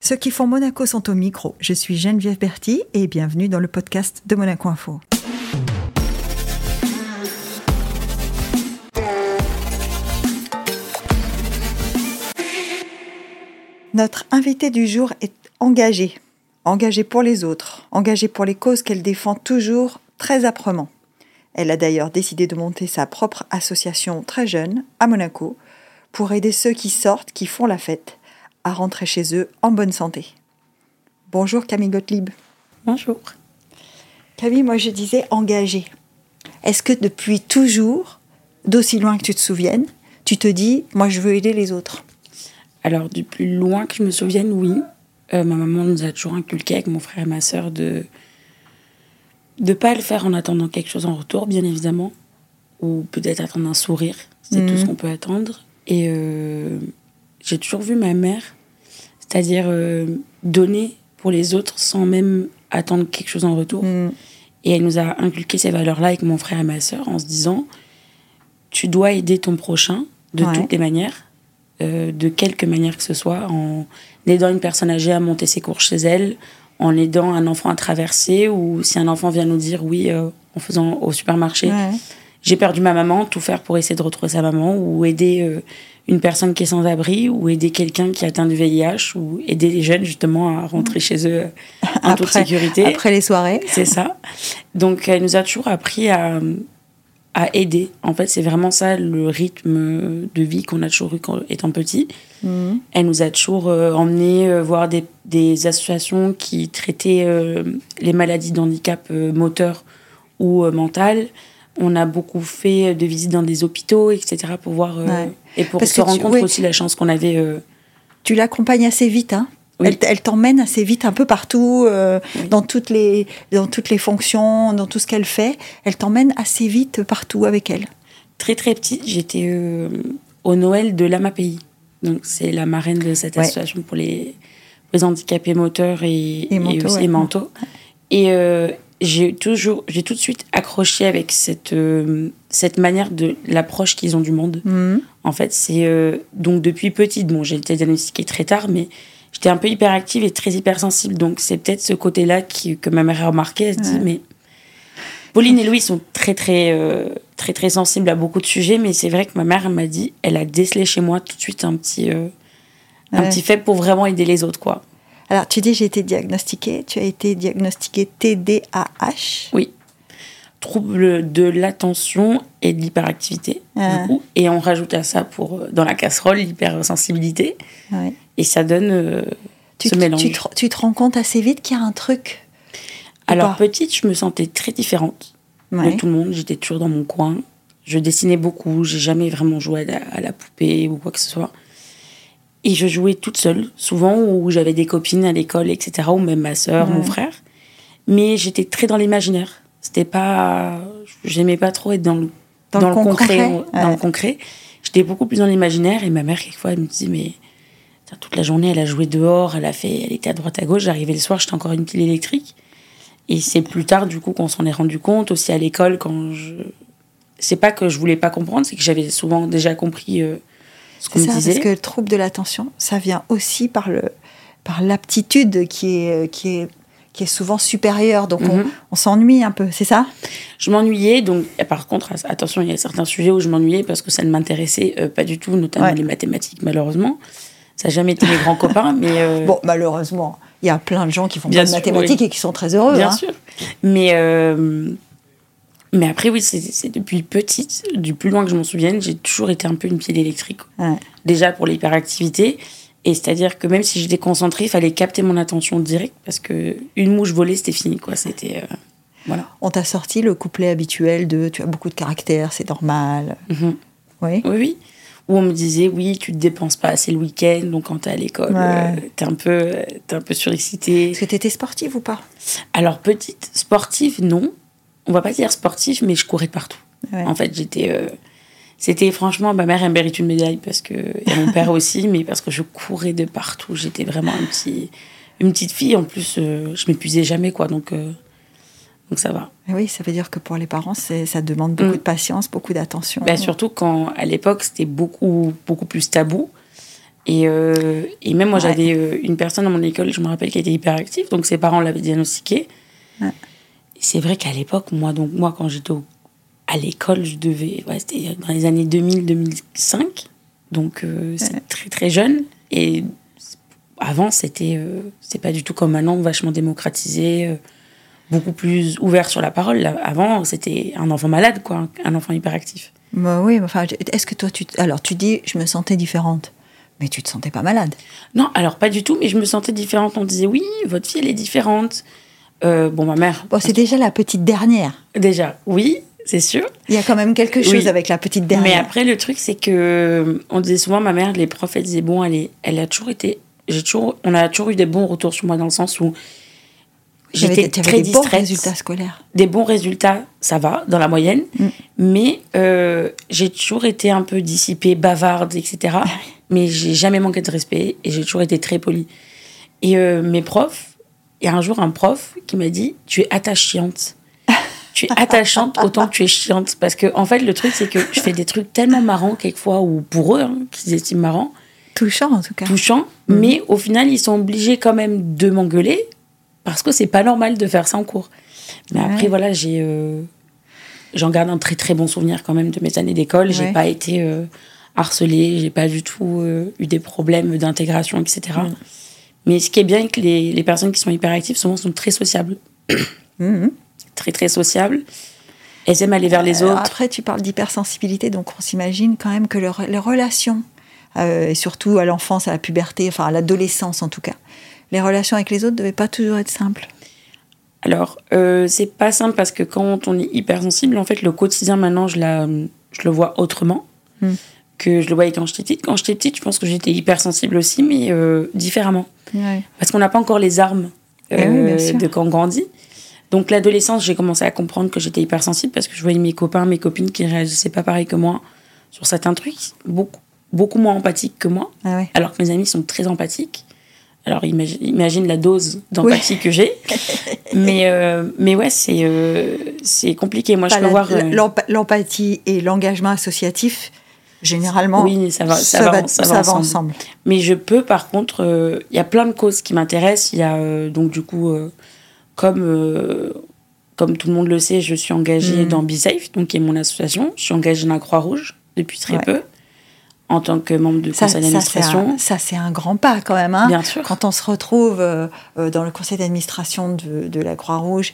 Ceux qui font Monaco sont au micro. Je suis Geneviève Berthy et bienvenue dans le podcast de Monaco Info. Notre invitée du jour est engagée. Engagée pour les autres, engagée pour les causes qu'elle défend toujours très âprement. Elle a d'ailleurs décidé de monter sa propre association très jeune à Monaco pour aider ceux qui sortent, qui font la fête, à rentrer chez eux en bonne santé. Bonjour Camille Gottlieb. Bonjour. Camille, moi je disais engagée. Est-ce que depuis toujours, d'aussi loin que tu te souviennes, tu te dis, moi je veux aider les autres ? Alors du plus loin que je me souvienne, oui. Ma maman nous a toujours inculqué avec mon frère et ma sœur de pas le faire en attendant quelque chose en retour, bien évidemment. Ou peut-être attendre un sourire, c'est tout ce qu'on peut attendre. Et j'ai toujours vu ma mère, c'est-à-dire donner pour les autres sans même attendre quelque chose en retour. Et elle nous a inculqué ces valeurs-là avec mon frère et ma sœur en se disant tu dois aider ton prochain de toutes les manières, de quelque manière que ce soit, en aidant une personne âgée à monter ses courses chez elle, en aidant un enfant à traverser, ou si un enfant vient nous dire oui, en faisant au supermarché, j'ai perdu ma maman, tout faire pour essayer de retrouver sa maman, ou aider une personne qui est sans abri, ou aider quelqu'un qui a atteint du VIH, ou aider les jeunes justement à rentrer chez eux en toute sécurité. Après les soirées. C'est ça. Donc elle nous a toujours appris à aider. En fait, c'est vraiment ça le rythme de vie qu'on a toujours eu étant petit. Elle nous a toujours emmené voir des associations qui traitaient les maladies d'handicap moteur ou mental. On a beaucoup fait de visites dans des hôpitaux, etc. pour voir et pour se rendre compte aussi la chance qu'on avait. Tu l'accompagnes assez vite, hein. Oui. Elle t'emmène assez vite un peu partout, dans toutes les fonctions, dans tout ce qu'elle fait. Elle t'emmène assez vite partout avec elle. Très très petite, j'étais au Noël de l'AMAPI. Donc c'est la marraine de cette association pour les handicapés moteurs et mentaux. Et j'ai tout de suite accroché avec cette manière de l'approche qu'ils ont du monde. En fait, c'est donc depuis petite, bon, j'ai été diagnostiquée très tard, mais j'étais un peu hyperactive et très hypersensible, donc c'est peut-être ce côté-là que ma mère a remarqué. Elle se dit, mais Pauline et Louis sont très, très, très, très sensibles à beaucoup de sujets, mais c'est vrai que ma mère m'a dit, elle a décelé chez moi tout de suite un petit faible pour vraiment aider les autres, quoi. Alors, tu dis, j'ai été diagnostiquée. Tu as été diagnostiquée TDAH. Oui. Trouble de l'attention et de l'hyperactivité, du coup. Et on rajoute à ça, dans la casserole, l'hypersensibilité. Et ça donne ce mélange. Tu te rends compte assez vite qu'il y a un truc. Alors, petite, je me sentais très différente de tout le monde. J'étais toujours dans mon coin. Je dessinais beaucoup. J'ai jamais vraiment joué à la poupée ou quoi que ce soit. Et je jouais toute seule, souvent, où j'avais des copines à l'école, etc., ou même ma sœur, mon frère. Mais j'étais très dans l'imaginaire. C'était pas... J'aimais pas trop être dans le concret. Dans le concret. J'étais beaucoup plus dans l'imaginaire. Et ma mère, quelquefois, elle me disait, mais toute la journée, elle a joué dehors, elle était à droite, à gauche. J'arrivais le soir, j'étais encore une pile électrique. Et c'est plus tard, du coup, qu'on s'en est rendu compte. Aussi à l'école, c'est pas que je voulais pas comprendre, c'est que j'avais souvent déjà compris ce qu'on me disait. Parce que le trouble de l'attention, ça vient aussi par l'aptitude qui est souvent supérieure. Donc on s'ennuie un peu, c'est ça ? Je m'ennuyais. Donc, par contre, attention, il y a certains sujets où je m'ennuyais parce que ça ne m'intéressait pas du tout, notamment les mathématiques, malheureusement. Ça n'a jamais été mes grands copains, mais... Bon, malheureusement, il y a plein de gens qui font pas de mathématiques et qui sont très heureux. Bien sûr. Mais après, oui, c'est depuis petite, du plus loin que je m'en souvienne, j'ai toujours été un peu une pile électrique. Déjà pour l'hyperactivité. Et c'est-à-dire que même si j'étais concentrée, il fallait capter mon attention direct parce qu'une mouche volée, c'était fini, quoi. C'était... voilà. On t'a sorti le couplet habituel de « tu as beaucoup de caractère, c'est normal ». Oui. Où on me disait, oui, tu te dépenses pas assez le week-end, donc quand t'es à l'école, t'es un peu surexcitée. Est-ce que t'étais sportive ou pas ? Alors, petite, sportive, non. On va pas dire sportive, mais je courais partout. En fait, c'était franchement, ma mère, elle mérite une médaille, et mon père aussi, mais parce que je courais de partout. J'étais vraiment une petite fille. En plus, je m'épuisais jamais, quoi, donc ça va. Oui, ça veut dire que pour les parents, ça demande beaucoup de patience, beaucoup d'attention. Surtout quand, à l'époque, c'était beaucoup, beaucoup plus tabou. Et même moi, j'avais une personne dans mon école, je me rappelle, qui était hyperactive, donc ses parents l'avaient diagnostiquée. Ouais. C'est vrai qu'à l'époque, moi, quand j'étais à l'école, je devais... c'était dans les années 2000-2005, donc c'est très, très jeune. Et avant, c'est pas du tout comme maintenant, vachement démocratisé, beaucoup plus ouvert sur la parole. Là, avant, c'était un enfant malade, quoi, un enfant hyperactif. Bah oui, enfin, est-ce que toi, alors tu dis, je me sentais différente, mais tu te sentais pas malade? Non, alors pas du tout, mais je me sentais différente. On disait, oui, votre fille, elle est différente. Ma mère... Bon, c'est déjà la petite dernière. Déjà, oui, c'est sûr. Il y a quand même quelque chose avec la petite dernière. Mais après, le truc, c'est que on disait souvent, ma mère, les profs, elle disait, bon, elle a toujours été... on a toujours eu des bons retours sur moi, dans le sens où j'étais très distraite. Des bons résultats scolaires. Des bons résultats, ça va, dans la moyenne. Mais j'ai toujours été un peu dissipée, bavarde, etc. Mais j'ai jamais manqué de respect et j'ai toujours été très polie. Et mes profs, il y a un jour un prof qui m'a dit, tu es attachante. Tu es attachante autant que tu es chiante. Parce que, en fait, le truc, c'est que je fais des trucs tellement marrants, quelquefois, ou pour eux, qu'ils estiment marrants. Touchant, en tout cas. Touchant. Mais au final, ils sont obligés quand même de m'engueuler parce que c'est pas normal de faire ça en cours. Mais après, voilà, j'en garde un très, très bon souvenir quand même de mes années d'école. J'ai pas été harcelée, j'ai pas du tout eu des problèmes d'intégration, etc. Mais ce qui est bien, c'est que les personnes qui sont hyperactives, souvent, sont très sociables. Très, très sociables. Elles aiment aller vers les autres. Après, tu parles d'hypersensibilité, donc on s'imagine quand même que les relations, et surtout à l'enfance, à la puberté, enfin à l'adolescence en tout cas, les relations avec les autres ne devaient pas toujours être simples. Alors, c'est pas simple parce que quand on est hypersensible, en fait, le quotidien, maintenant, je le vois autrement que je le voyais quand j'étais petite. Quand j'étais petite, je pense que j'étais hypersensible aussi, mais différemment. Ouais. Parce qu'on n'a pas encore les armes de quand on grandit. Donc, l'adolescence, j'ai commencé à comprendre que j'étais hypersensible parce que je voyais mes copains, mes copines qui ne réagissaient pas pareil que moi sur certains trucs, beaucoup moins empathiques que moi, alors que mes amis sont très empathiques. Alors, imagine la dose d'empathie que j'ai. Mais ouais, c'est compliqué. Moi, je peux voir... L'empathie et l'engagement associatif, généralement, oui, ça va ensemble. Mais je peux, par contre... Il y a plein de causes qui m'intéressent. Il y a, donc, du coup... Comme tout le monde le sait, je suis engagée dans Be Safe, donc qui est mon association. Je suis engagée dans la Croix-Rouge depuis très peu, en tant que membre du conseil d'administration. Ça, c'est un grand pas quand même. Hein. Bien sûr. Quand on se retrouve dans le conseil d'administration de la Croix-Rouge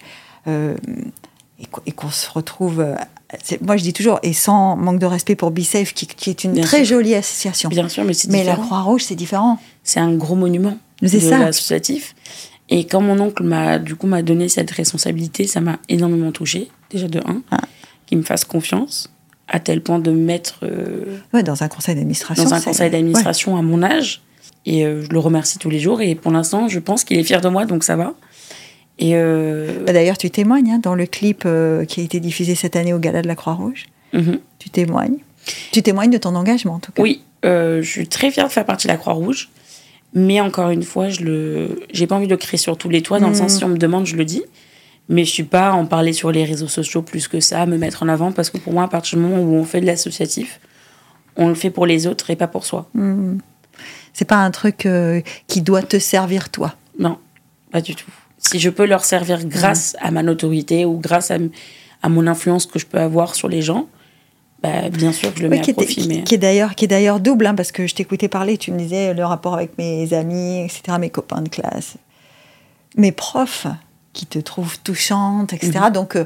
et qu'on se retrouve... moi, je dis toujours, et sans manque de respect pour Be Safe, qui est une très jolie association. Bien sûr, mais c'est différent. Mais la Croix-Rouge, c'est différent. C'est un gros monument de l'associatif. Et quand mon oncle m'a donné cette responsabilité, ça m'a énormément touchée, déjà de 1, qu'il me fasse confiance, à tel point de me mettre... dans un conseil d'administration. Dans un conseil d'administration à mon âge. Et je le remercie tous les jours. Et pour l'instant, je pense qu'il est fier de moi, donc ça va. Et d'ailleurs, tu témoignes dans le clip qui a été diffusé cette année au Gala de la Croix-Rouge. Tu témoignes. Tu témoignes de ton engagement, en tout cas. Oui, je suis très fière de faire partie de la Croix-Rouge. Mais encore une fois, j'ai pas envie de crier sur tous les toits, dans le sens, si on me demande, je le dis. Mais je suis pas à en parler sur les réseaux sociaux plus que ça, à me mettre en avant, parce que pour moi, à partir du moment où on fait de l'associatif, on le fait pour les autres et pas pour soi. C'est pas un truc qui doit te servir, toi? Non, pas du tout. Si je peux leur servir grâce à ma notoriété ou grâce à mon influence que je peux avoir sur les gens, bien sûr que je le mets à profit. Qui est d'ailleurs double, parce que je t'écoutais parler, tu me disais le rapport avec mes amis, etc., mes copains de classe, mes profs qui te trouvent touchante, etc. Donc,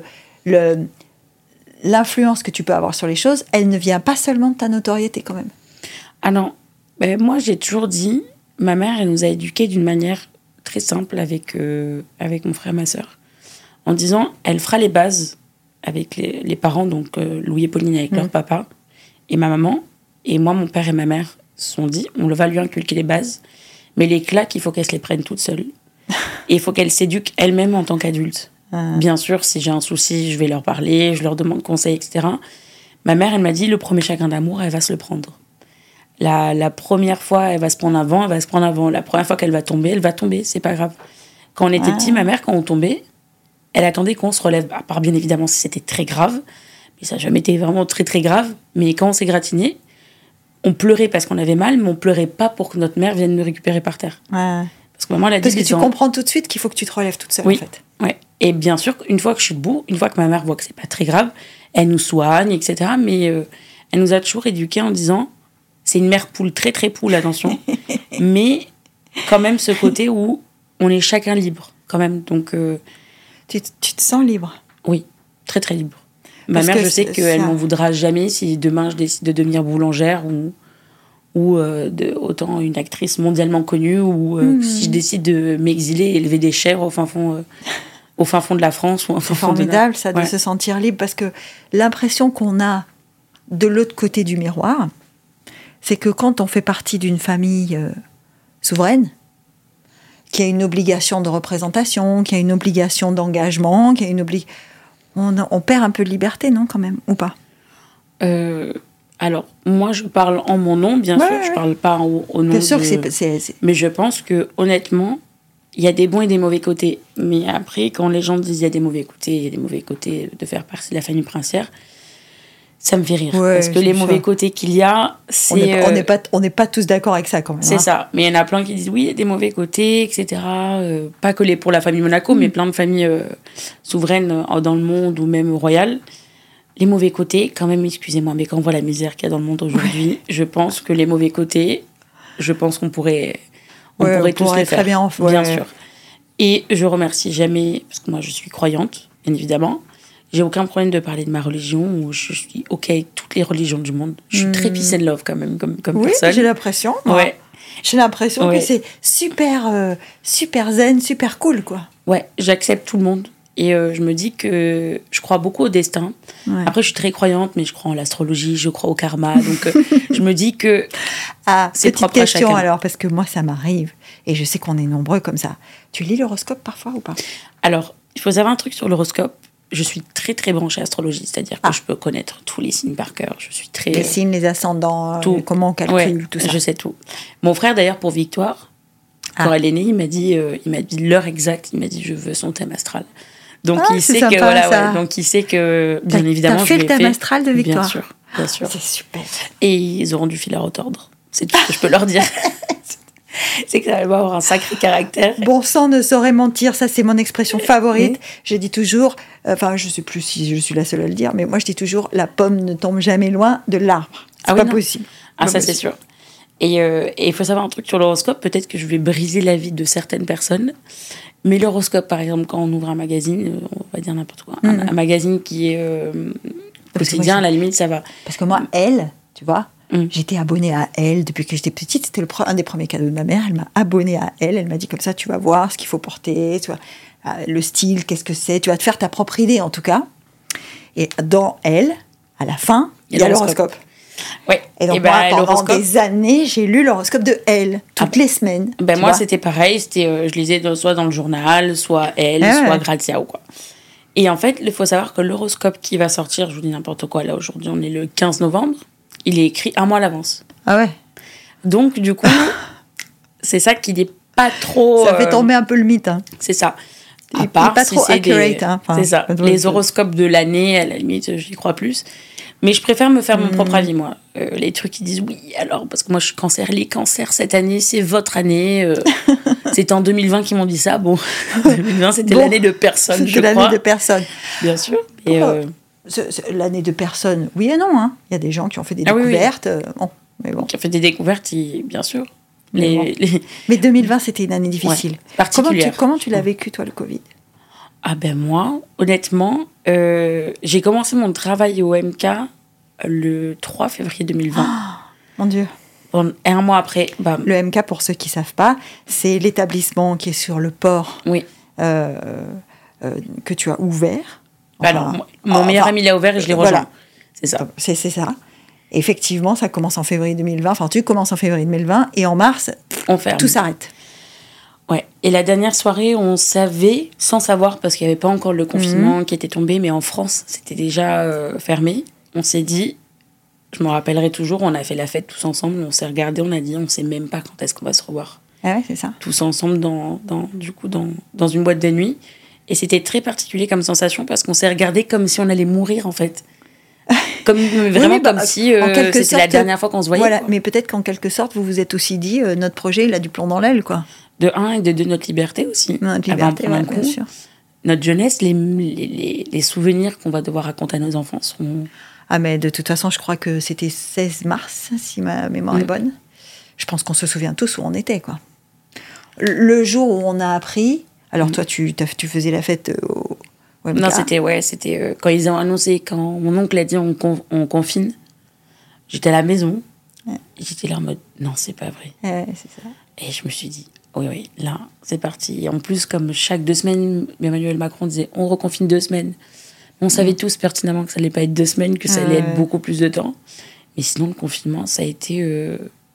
l'influence que tu peux avoir sur les choses, elle ne vient pas seulement de ta notoriété, quand même. Ah non, moi j'ai toujours dit, ma mère, elle nous a éduqués d'une manière très simple avec mon frère et ma sœur, en disant, elle fera les bases avec les parents, donc Louis et Pauline avec leur papa et ma maman. Et moi, mon père et ma mère se sont dit, on va lui inculquer les bases, mais les claques, il faut qu'elle se les prenne toute seule. Et il faut qu'elle s'éduque elle-même en tant qu'adulte. Bien sûr, si j'ai un souci, je vais leur parler, je leur demande conseil, etc. Ma mère, elle m'a dit, le premier chagrin d'amour, elle va se le prendre. La première fois, elle va se prendre avant, elle va se prendre avant. La première fois qu'elle va tomber, c'est pas grave. Quand on était petits, ma mère, quand on tombait, elle attendait qu'on se relève, à part bien évidemment si c'était très grave, mais ça n'a jamais été vraiment très très grave. Mais quand on s'est gratiné, on pleurait parce qu'on avait mal, mais on pleurait pas pour que notre mère vienne nous récupérer par terre. Ouais. Parce que maman, elle a dit... Parce que tu comprends tout de suite qu'il faut que tu te relèves toute seule, oui, en fait. Ouais. Et bien sûr, une fois que je suis debout, une fois que ma mère voit que c'est pas très grave, elle nous soigne, etc. Mais elle nous a toujours éduqués en disant, c'est une mère poule, très très poule, attention, mais quand même ce côté où on est chacun libre, quand même. Donc, tu te sens libre? Oui, très très libre. Ma mère, je sais qu'elle m'en voudra jamais si demain je décide de devenir boulangère ou autant une actrice mondialement connue ou si je décide de m'exiler et élever des chèvres au fin fond de la France. Ou c'est formidable, ça, de se sentir libre, parce que l'impression qu'on a de l'autre côté du miroir, c'est que quand on fait partie d'une famille souveraine, qui a une obligation de représentation, qui a une obligation d'engagement, qui a on perd un peu de liberté, non, quand même, ou pas? Alors, moi, je parle en mon nom, bien sûr. Je parle pas au nom bien sûr que c'est... Mais je pense que, honnêtement, il y a des bons et des mauvais côtés. Mais après, quand les gens disent il y a des mauvais côtés, il y a des mauvais côtés de faire partie de la famille princière, ça me fait rire. Parce que les mauvais côtés qu'il y a, c'est... On n'est pas tous d'accord avec ça, quand même. C'est ça. Mais il y en a plein qui disent oui, il y a des mauvais côtés, etc. Pas que pour la famille Monaco, mais plein de familles souveraines dans le monde ou même royales. Les mauvais côtés, quand même, excusez-moi, mais quand on voit la misère qu'il y a dans le monde aujourd'hui, je pense que les mauvais côtés, qu'on pourrait tous les faire. Bien sûr. Et je remercie jamais, parce que moi je suis croyante, bien évidemment. J'ai aucun problème de parler de ma religion, ou je suis OK avec toutes les religions du monde. Je suis très peace and love quand même, comme personne. J'ai l'impression. Ouais. J'ai l'impression que c'est super, super zen, super cool, quoi. Ouais, j'accepte tout le monde. Et je me dis que je crois beaucoup au destin. Ouais. Après, je suis très croyante, mais je crois en l'astrologie, je crois au karma. Donc, je me dis que c'est propre à chacun. Petite question alors, parce que moi, ça m'arrive. Et je sais qu'on est nombreux comme ça. Tu lis l'horoscope parfois ou pas? Alors, il faut savoir un truc sur l'horoscope. Je suis très, très branchée astrologie. C'est-à-dire que je peux connaître tous les signes par cœur. Je suis très... Les signes, les ascendants, comment on calcule, tout ça. Je sais tout. Mon frère, d'ailleurs, pour Victoire, quand elle est née, il m'a dit l'heure exacte. Il m'a dit, je veux son thème astral. Donc il sait sympa, que donc il sait que bien évidemment t'as fait le thème astral de Victoire. Bien sûr. C'est super. Et ils auront du fil à retordre. C'est tout ce que je peux leur dire. C'est que ça va avoir un sacré caractère. Bon sang ne saurait mentir, ça c'est mon expression favorite. Je dis toujours, je sais plus si je suis la seule à le dire, mais moi je dis toujours, la pomme ne tombe jamais loin de l'arbre. C'est pas possible. C'est sûr. Et il faut savoir un truc sur l'horoscope, peut-être que je vais briser la vie de certaines personnes. Mais l'horoscope, par exemple, quand on ouvre un magazine, on va dire n'importe quoi, un magazine qui est quotidien, à la limite, ça va. Parce que moi, tu vois, j'étais abonnée à Elle depuis que j'étais petite. C'était un des premiers cadeaux de ma mère. Elle m'a abonnée à Elle. Elle m'a dit comme ça, tu vas voir ce qu'il faut porter, tu vois, le style, qu'est-ce que c'est. Tu vas te faire ta propre idée, en tout cas. Et dans Elle, à la fin, il y a l'horoscope. Ouais. Et donc, pendant des années, j'ai lu l'horoscope de Elle, toutes les semaines. Moi, c'était pareil. Je lisais soit dans le journal, soit Elle, soit Grazia ou quoi. Et en fait, il faut savoir que l'horoscope qui va sortir, je vous dis n'importe quoi, là, aujourd'hui, on est le 15 novembre, il est écrit un mois à l'avance. Ah ouais. Donc, du coup, c'est ça qui n'est pas trop... Ça fait tomber un peu le mythe. Hein. C'est ça. À part pas si trop accurate. C'est ça. Les horoscopes de l'année, à la limite, j'y crois plus. Mais je préfère me faire mon propre avis, moi. Les trucs qui disent, oui, alors, parce que moi, je suis cancer. Les cancers, cette année, c'est votre année. C'était en 2020 qu'ils m'ont dit ça. Bon, 2020, c'était l'année de personne, je crois. C'était l'année de personne. Bien sûr. Et l'année de personne, oui et non. Hein. Il y a des gens qui ont fait des découvertes. Mais bon. Qui ont fait des découvertes, bien sûr. Mais 2020, c'était une année difficile. Particulière. Comment tu l'as vécu, toi, le Covid? Ah ben moi, honnêtement, j'ai commencé mon travail au MK le 3 février 2020. Mon Dieu. Et un mois après, bam. Le MK, pour ceux qui ne savent pas, c'est l'établissement qui est sur le port que tu as ouvert. Alors, mon meilleur ami l'a ouvert et je l'ai rejoint. Voilà. C'est ça. C'est ça. Effectivement, ça commence en février 2020. Enfin, tu commences en février 2020 et en mars, on ferme. Tout s'arrête. Ouais. Et la dernière soirée, on savait, sans savoir, parce qu'il n'y avait pas encore le confinement qui était tombé, mais en France, c'était déjà fermé. On s'est dit, je me rappellerai toujours, on a fait la fête tous ensemble, on s'est regardé, on a dit, on ne sait même pas quand est-ce qu'on va se revoir. Ah ouais, c'est ça. Tous ensemble dans une boîte de nuit. Et c'était très particulier comme sensation, parce qu'on s'est regardé comme si on allait mourir, en fait. Vraiment comme si c'était la dernière fois qu'on se voyait. Voilà, quoi. mais peut-être qu'en quelque sorte, vous vous êtes aussi dit, notre projet, il a du plomb dans l'aile, quoi. De un, et de deux, notre liberté aussi. Notre liberté, bien sûr. Notre jeunesse, les souvenirs qu'on va devoir raconter à nos enfants seront... Ah, mais de toute façon, je crois que c'était 16 mars, si ma mémoire est bonne. Je pense qu'on se souvient tous où on était, quoi. Le jour où on a appris... Alors, toi, tu faisais la fête au MK. Non, c'était quand ils ont annoncé, quand mon oncle a dit on confine, j'étais à la maison, et j'étais là en mode, non, c'est pas vrai. C'est ça. Et je me suis dit, oui, là, c'est parti. Et en plus, comme chaque 2 semaines, Emmanuel Macron disait, on reconfine 2 semaines. On savait tous pertinemment que ça allait pas être 2 semaines, que ça allait être beaucoup plus de temps. Mais sinon, le confinement, ça a été...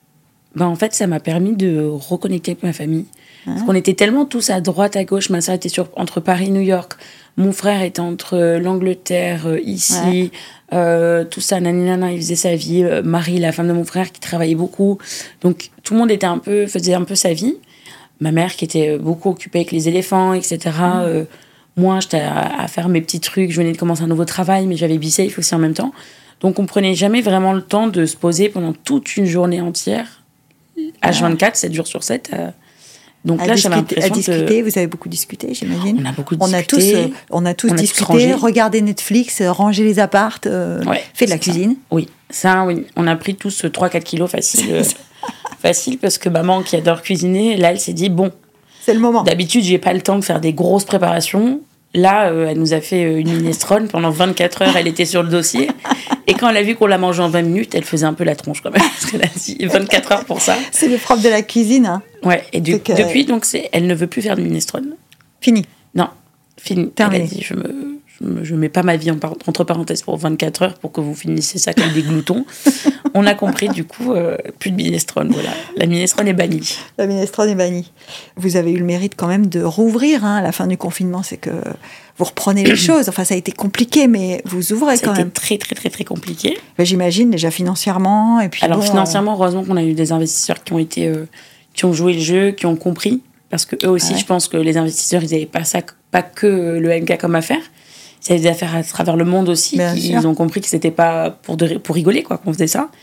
en fait, ça m'a permis de reconnecter avec ma famille. Parce qu'on était tellement tous à droite, à gauche. Ma soeur était entre Paris et New York. Mon frère était entre l'Angleterre, ici. Tout ça, naninana, il faisait sa vie. Marie, la femme de mon frère, qui travaillait beaucoup. Donc, tout le monde faisait un peu sa vie. Ma mère, qui était beaucoup occupée avec les éléphants, etc. Moi, j'étais à faire mes petits trucs. Je venais de commencer un nouveau travail, mais j'avais B-Safe aussi en même temps. Donc, on prenait jamais vraiment le temps de se poser pendant toute une journée entière. H24, 7 jours sur 7. Donc là, j'avais l'impression à discuter, vous avez beaucoup discuté, j'imagine. On a beaucoup discuté. On a tous discuté, regardé Netflix, rangé les appartes, fait de la cuisine. Oui, on a pris tous 3-4 kilos facile. Facile, parce que maman, qui adore cuisiner, là, elle s'est dit, bon, c'est le moment. D'habitude, j'ai pas le temps de faire des grosses préparations. Là, elle nous a fait une minestrone. Pendant 24 heures, elle était sur le dossier. Et quand elle a vu qu'on l'a mangé en 20 minutes, elle faisait un peu la tronche quand même. Parce qu'elle a dit 24 heures pour ça. C'est le propre de la cuisine. Hein. Ouais, et depuis, donc, elle ne veut plus faire de minestrone. Fini. Non, fini. Terminé. Elle a dit, je mets pas ma vie entre parenthèses pour 24 heures pour que vous finissiez ça comme des gloutons. On a compris, du coup, plus de minestrone. Voilà. La minestrone est bannie. La minestrone est bannie. Vous avez eu le mérite quand même de rouvrir à la fin du confinement. C'est que vous reprenez les choses. Enfin, ça a été compliqué, mais vous ouvrez quand même. Ça a été très, très, très, très compliqué. Ben, j'imagine, déjà financièrement. Et puis, alors, financièrement, heureusement qu'on a eu des investisseurs qui ont joué le jeu, qui ont compris. Parce que eux aussi, je pense que les investisseurs, ils n'avaient pas que le MK comme affaire. Ils avaient des affaires à travers le monde aussi. Ils ont compris que c'était pas pour rigoler, quoi, qu'on faisait ça.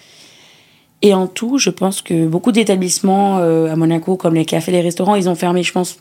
Et en tout, je pense que beaucoup d'établissements à Monaco, comme les cafés, les restaurants, ils ont fermé, je pense,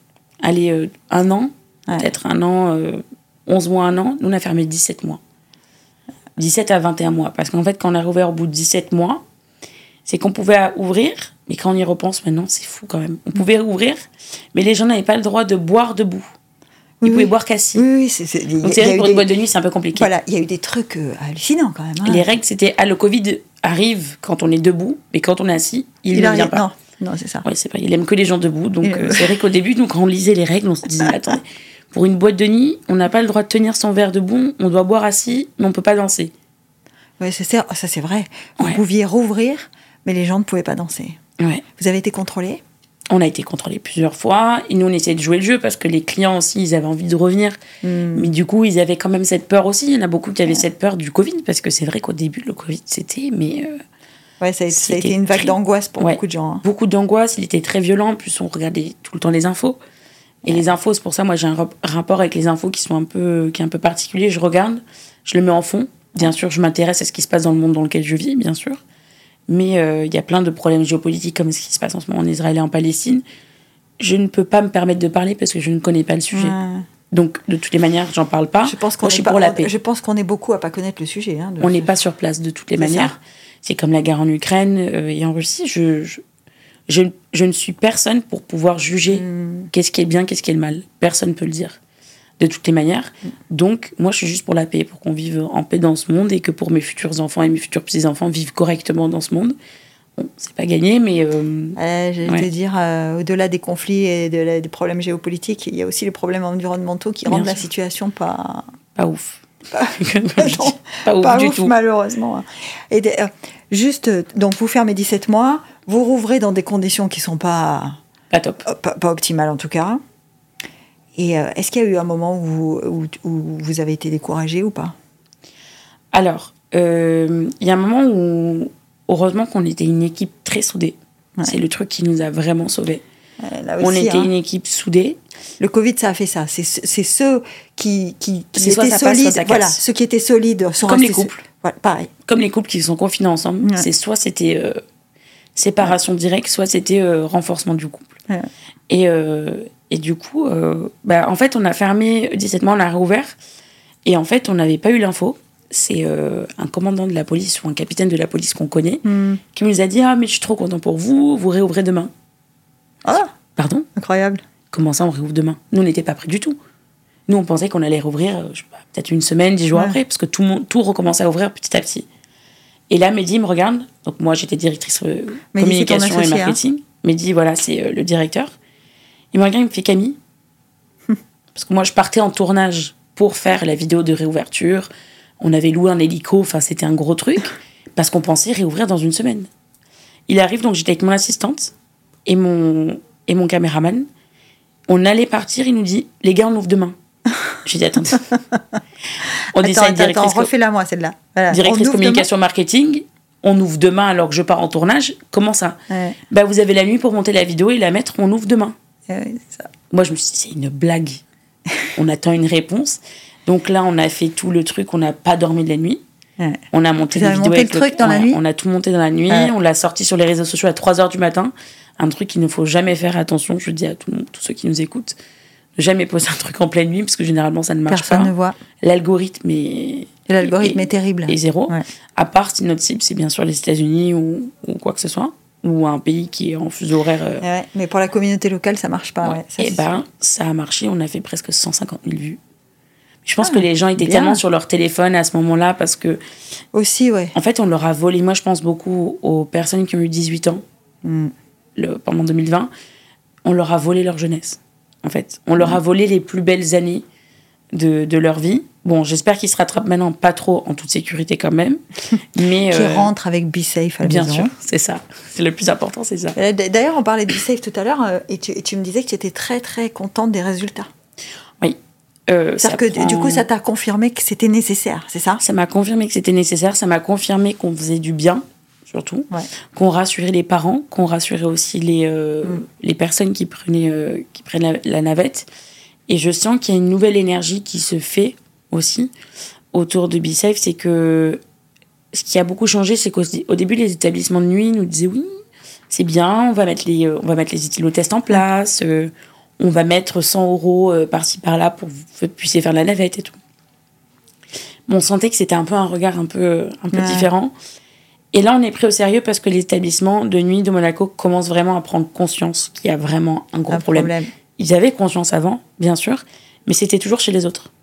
1 an, peut-être 1 an, 11 mois, 1 an. Nous, on a fermé 17 mois. 17 à 21 mois. Parce qu'en fait, quand on a rouvert au bout de 17 mois, c'est qu'on pouvait ouvrir, mais quand on y repense maintenant, c'est fou quand même. On pouvait ouvrir, mais les gens n'avaient pas le droit de boire debout. Ils pouvaient boire qu'assis. Oui, donc c'est vrai que pour une boîte de nuit, c'est un peu compliqué. Voilà, il y a eu des trucs hallucinants quand même. Hein. Les règles, c'était le Covid arrive quand on est debout, mais quand on est assis, il ne vient pas. Non, c'est ça. Ouais, c'est pas. Il aime que les gens debout. Donc c'est vrai qu'au début, quand on lisait les règles, on se disait attendez, pour une boîte de nuit, on n'a pas le droit de tenir son verre debout, on doit boire assis, mais on peut pas danser. Oui, ça c'est vrai. Vous pouviez rouvrir, mais les gens ne pouvaient pas danser. Ouais. Vous avez été contrôlés ? On a été contrôlés plusieurs fois. Et nous, on essayait de jouer le jeu parce que les clients aussi, ils avaient envie de revenir. Mais du coup, ils avaient quand même cette peur aussi. Il y en a beaucoup qui avaient cette peur du Covid parce que c'est vrai qu'au début, le Covid, c'était... ça a été une vague d'angoisse pour beaucoup de gens. Hein. Beaucoup d'angoisse. Il était très violent. En plus, on regardait tout le temps les infos. Et les infos, c'est pour ça, moi, j'ai un rapport avec les infos qui est un peu particulier. Je regarde, je le mets en fond. Bien sûr, je m'intéresse à ce qui se passe dans le monde dans lequel je vis, bien sûr. Mais il y a plein de problèmes géopolitiques comme ce qui se passe en ce moment en Israël et en Palestine. Je ne peux pas me permettre de parler parce que je ne connais pas le sujet. Donc, de toutes les manières, j'en parle pas. Je pense qu'on est beaucoup à pas connaître le sujet. Hein, on n'est pas sur place de toutes les manières. C'est comme la guerre en Ukraine et en Russie. Je ne suis personne pour pouvoir juger qu'est-ce qui est bien, qu'est-ce qui est le mal. Personne ne peut le dire. De toutes les manières. Donc, moi, je suis juste pour la paix, pour qu'on vive en paix dans ce monde et que pour mes futurs enfants et mes futurs petits-enfants vivent correctement dans ce monde. Bon, c'est pas gagné, mais... j'allais te dire, au-delà des conflits et des problèmes géopolitiques, il y a aussi les problèmes environnementaux qui rendent la situation pas... Pas ouf. Pas ouf du tout. Malheureusement. Et juste, donc, vous fermez 17 mois, vous rouvrez dans des conditions qui sont pas... Pas top. Pas optimales, en tout cas. Et est-ce qu'il y a eu un moment où vous avez été découragé ou pas ? Alors, il y a un moment où, heureusement qu'on était une équipe très soudée. Ouais. C'est le truc qui nous a vraiment sauvés. On était une équipe soudée. Le Covid, ça a fait ça. C'est ceux qui étaient solides. Voilà, ceux qui étaient solides sont comme les couples. Ouais, pareil. Comme les couples qui sont confinés ensemble, c'est soit c'était séparation directe, soit c'était renforcement du couple. Ouais. Et du coup, en fait, on a fermé 17 mois, on a réouvert. Et en fait, on n'avait pas eu l'info. C'est un commandant de la police ou un capitaine de la police qu'on connaît qui nous a dit « Ah, mais je suis trop content pour vous, vous réouvrez demain. » Ah, pardon ? Incroyable. Comment ça, on réouvre demain ? Nous, on n'était pas prêts du tout. Nous, on pensait qu'on allait rouvrir peut-être une semaine, 10 jours après, parce que tout recommençait à ouvrir petit à petit. Et là, Mehdi me regarde. Donc moi, j'étais directrice communication et marketing. Mehdi, voilà, c'est le directeur. Il me regarde, il me fait « Camille ». Parce que moi, je partais en tournage pour faire la vidéo de réouverture. On avait loué un hélico, enfin, c'était un gros truc, parce qu'on pensait réouvrir dans une semaine. Il arrive, donc j'étais avec mon assistante et mon caméraman. On allait partir, il nous dit « Les gars, on ouvre demain ». J'ai dit « Attends. » On dit ça à une directrice. Attends, refais-la moi, celle-là. Voilà. Directrice communication marketing, on ouvre demain alors que je pars en tournage. Comment ça ? Ouais. Vous avez la nuit pour monter la vidéo et la mettre, on ouvre demain. Ouais, c'est ça. Moi, je me suis dit, c'est une blague. On attend une réponse. Donc là, on a fait tout le truc, on n'a pas dormi de la nuit. Ouais. On a monté la vidéo avec le truc dans la nuit. On a tout monté dans la nuit, on l'a sorti sur les réseaux sociaux à 3h du matin. Un truc qu'il ne faut jamais faire, attention, je dis à tous ceux qui nous écoutent, ne jamais poster un truc en pleine nuit, parce que généralement, ça ne marche pas. Personne ne voit. L'algorithme est terrible. Et zéro. Ouais. À part si notre cible, c'est bien sûr les États-Unis ou quoi que ce soit, ou un pays qui est en fuseau horaire. Ouais, mais pour la communauté locale, ça marche pas. Ouais, ça a marché, on a fait presque 150 000 vues. Je pense que les gens étaient tellement sur leur téléphone à ce moment-là, parce que... Aussi, ouais. En fait, on leur a volé. Moi, je pense beaucoup aux personnes qui ont eu 18 ans pendant 2020. On leur a volé leur jeunesse, en fait. On leur a volé les plus belles années de leur vie. Bon, j'espère qu'ils se rattrapent maintenant, pas trop, en toute sécurité quand même. Mais, qui rentrent avec BeSafe à la maison. Bien sûr, c'est ça. C'est le plus important, c'est ça. D'ailleurs, on parlait de BeSafe tout à l'heure, et tu me disais que tu étais très, très contente des résultats. Oui. C'est-à-dire que du coup, ça t'a confirmé que c'était nécessaire, c'est ça ? Ça m'a confirmé que c'était nécessaire, ça m'a confirmé qu'on faisait du bien, surtout, qu'on rassurait les parents, qu'on rassurait aussi les personnes qui prennent la navette. Et je sens qu'il y a une nouvelle énergie qui se fait aussi autour de BeSafe. C'est que ce qui a beaucoup changé, c'est qu'au début, les établissements de nuit nous disaient oui, c'est bien, on va mettre les éthylotests en place, on va mettre 100 € par-ci par-là pour que vous puissiez faire la navette et tout. On sentait que c'était un peu un regard un peu différent. Et là, on est pris au sérieux parce que l'établissement de nuit de Monaco commence vraiment à prendre conscience qu'il y a vraiment un gros problème. Ils avaient conscience avant, bien sûr, mais c'était toujours chez les autres.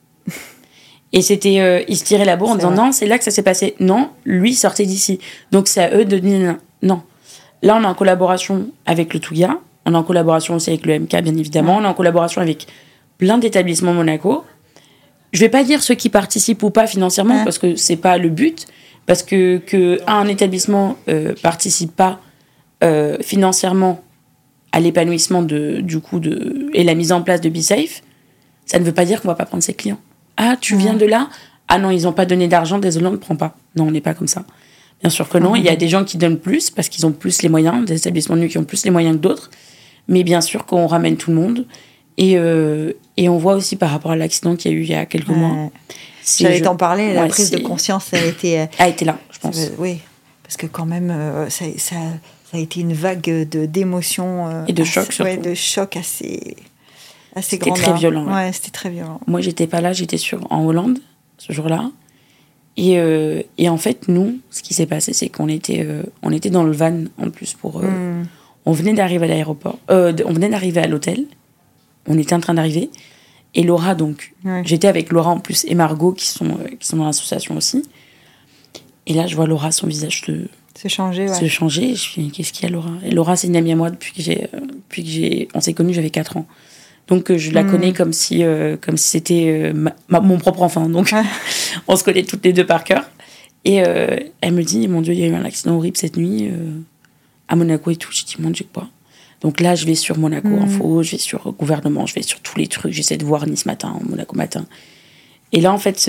Et c'était, ils se tiraient la bourre en disant non, c'est là que ça s'est passé. Non, lui sortait d'ici. Donc c'est à eux de dire non. Là, on est en collaboration avec le Touga, on est en collaboration aussi avec le MK, bien évidemment, on est en collaboration avec plein d'établissements Monaco. Je vais pas dire ceux qui participent ou pas financièrement, parce que c'est pas le but, parce que un établissement participe pas financièrement à l'épanouissement et la mise en place de BeSafe, ça ne veut pas dire qu'on va pas prendre ses clients. Ah, tu viens de là ? Ah non, ils n'ont pas donné d'argent, désolé, on ne prend pas. Non, on n'est pas comme ça. Bien sûr que non, il y a des gens qui donnent plus parce qu'ils ont plus les moyens, des établissements de nuit qui ont plus les moyens que d'autres, mais bien sûr qu'on ramène tout le monde. Et on voit aussi par rapport à l'accident qu'il y a eu il y a quelques mois. J'allais t'en parler, la prise de conscience a été là, je pense. Oui, parce que quand même, ça a été une vague d'émotions. Et de choc, surtout. Ouais, de choc assez grande. C'était très violent. Ouais, c'était très violent. Moi, j'étais pas là, j'étais en Hollande, ce jour-là. Et en fait, nous, ce qui s'est passé, c'est qu'on était dans le van, en plus, on venait d'arriver à l'aéroport. On venait d'arriver à l'hôtel. On était en train d'arriver. Et Laura, donc, j'étais avec Laura, en plus, et Margot, qui sont dans l'association aussi. Et là, je vois Laura, son visage se changer. Je me dis, qu'est-ce qu'il y a, Laura ? Et Laura, c'est une amie à moi depuis que on s'est connus, j'avais 4 ans. Donc, je la connais comme si c'était mon propre enfant. Donc, on se connaît toutes les deux par cœur. Et elle me dit, mon Dieu, il y a eu un accident horrible cette nuit à Monaco et tout. J'ai dit, mon Dieu, quoi ? Donc là, je vais sur Monaco Info, je vais sur Gouvernement, je vais sur tous les trucs. J'essaie de voir Nice Matin, Monaco Matin. Et là, en fait,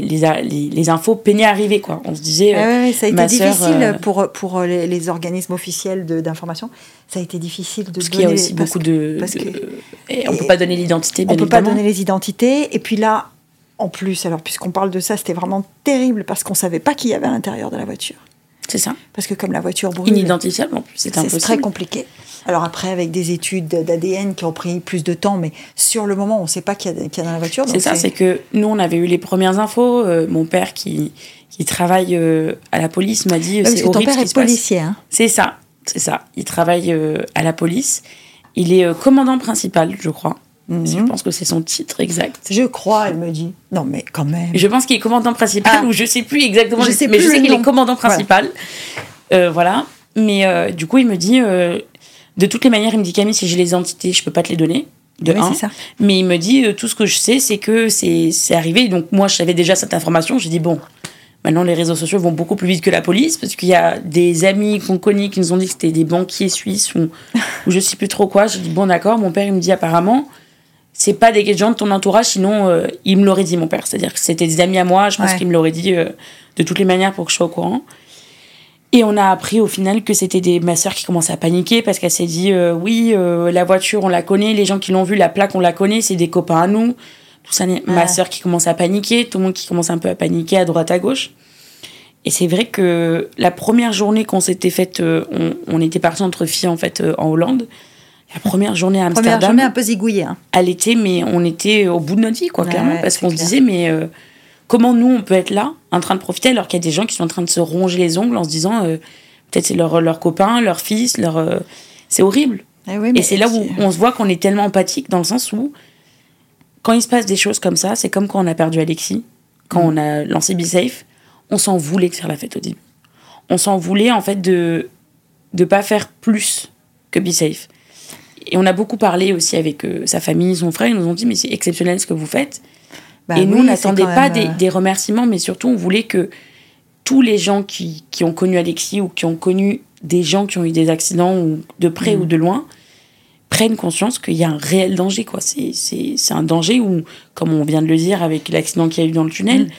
les infos peinaient à arriver, quoi. On se disait... ça a été difficile pour les organismes officiels d'information. Ça a été difficile de parce donner... Parce qu'il y a aussi beaucoup de... Et on ne peut pas donner l'identité, bien évidemment. On ne peut pas donner les identités. Et puis là, En plus, alors puisqu'on parle de ça, c'était vraiment terrible parce qu'on savait pas qui y avait à l'intérieur de la voiture. C'est ça. Parce que comme la voiture brûle... Inidentifiable en plus, c'est impossible. C'est très compliqué. Alors après, avec des études d'ADN qui ont pris plus de temps, mais sur le moment, on ne sait pas qui y a dans la voiture. C'est ça, c'est que nous, on avait eu les premières infos. Mon père qui travaille à la police m'a dit... Parce que ton père est policier. Hein. C'est ça. Il travaille à la police. Il est commandant principal, je crois. Je pense que c'est son titre exact. Je crois, elle me dit. Non, mais quand même. Je pense qu'il est commandant principal ou je sais plus exactement. Mais je sais qu'il est commandant principal. Voilà. Mais du coup, il me dit... de toutes les manières, il me dit, Camille, si j'ai les identités, je peux pas te les donner. C'est ça. Mais il me dit, tout ce que je sais, c'est que c'est arrivé. Donc moi, je savais déjà cette information. J'ai dit, bon, maintenant, les réseaux sociaux vont beaucoup plus vite que la police, parce qu'il y a des amis qu'on connaît qui nous ont dit que c'était des banquiers suisses ou je sais plus trop quoi. J'ai dit, bon, d'accord. Mon père, il me dit, apparemment... c'est pas des gens de ton entourage, sinon il me l'aurait dit, mon père. C'est-à-dire que c'était des amis à moi, je pense qu'il me l'aurait dit de toutes les manières pour que je sois au courant. Et on a appris au final que c'était ma sœur qui commençait à paniquer parce qu'elle s'est dit oui, la voiture on la connaît, les gens qui l'ont vue, la plaque on la connaît, c'est des copains à nous. Tout ça, ma sœur qui commence à paniquer, tout le monde qui commence un peu à paniquer à droite à gauche. Et c'est vrai que la première journée qu'on s'était faite, on était partis entre filles en fait en Hollande. La première journée à Amsterdam. Première journée un peu zigouillée. Hein. Elle était, mais on était au bout de notre vie, quoi, clairement, parce qu'on se disait, mais comment nous, on peut être là, en train de profiter, alors qu'il y a des gens qui sont en train de se ronger les ongles en se disant, peut-être c'est leur copain, leur fils, c'est horrible. Et c'est là où on se voit qu'on est tellement empathique, dans le sens où, quand il se passe des choses comme ça, c'est comme quand on a perdu Alexis, quand on a lancé BeSafe, on s'en voulait de faire la fête au début. On s'en voulait, en fait, de pas faire plus que BeSafe. Et on a beaucoup parlé aussi avec sa famille, son frère. Ils nous ont dit, mais c'est exceptionnel ce que vous faites. Et nous, on n'attendait pas des remerciements, mais surtout, on voulait que tous les gens qui ont connu Alexis ou qui ont connu des gens qui ont eu des accidents, ou de près ou de loin, prennent conscience qu'il y a un réel danger, quoi. C'est un danger où, comme on vient de le dire avec l'accident qu'il y a eu dans le tunnel,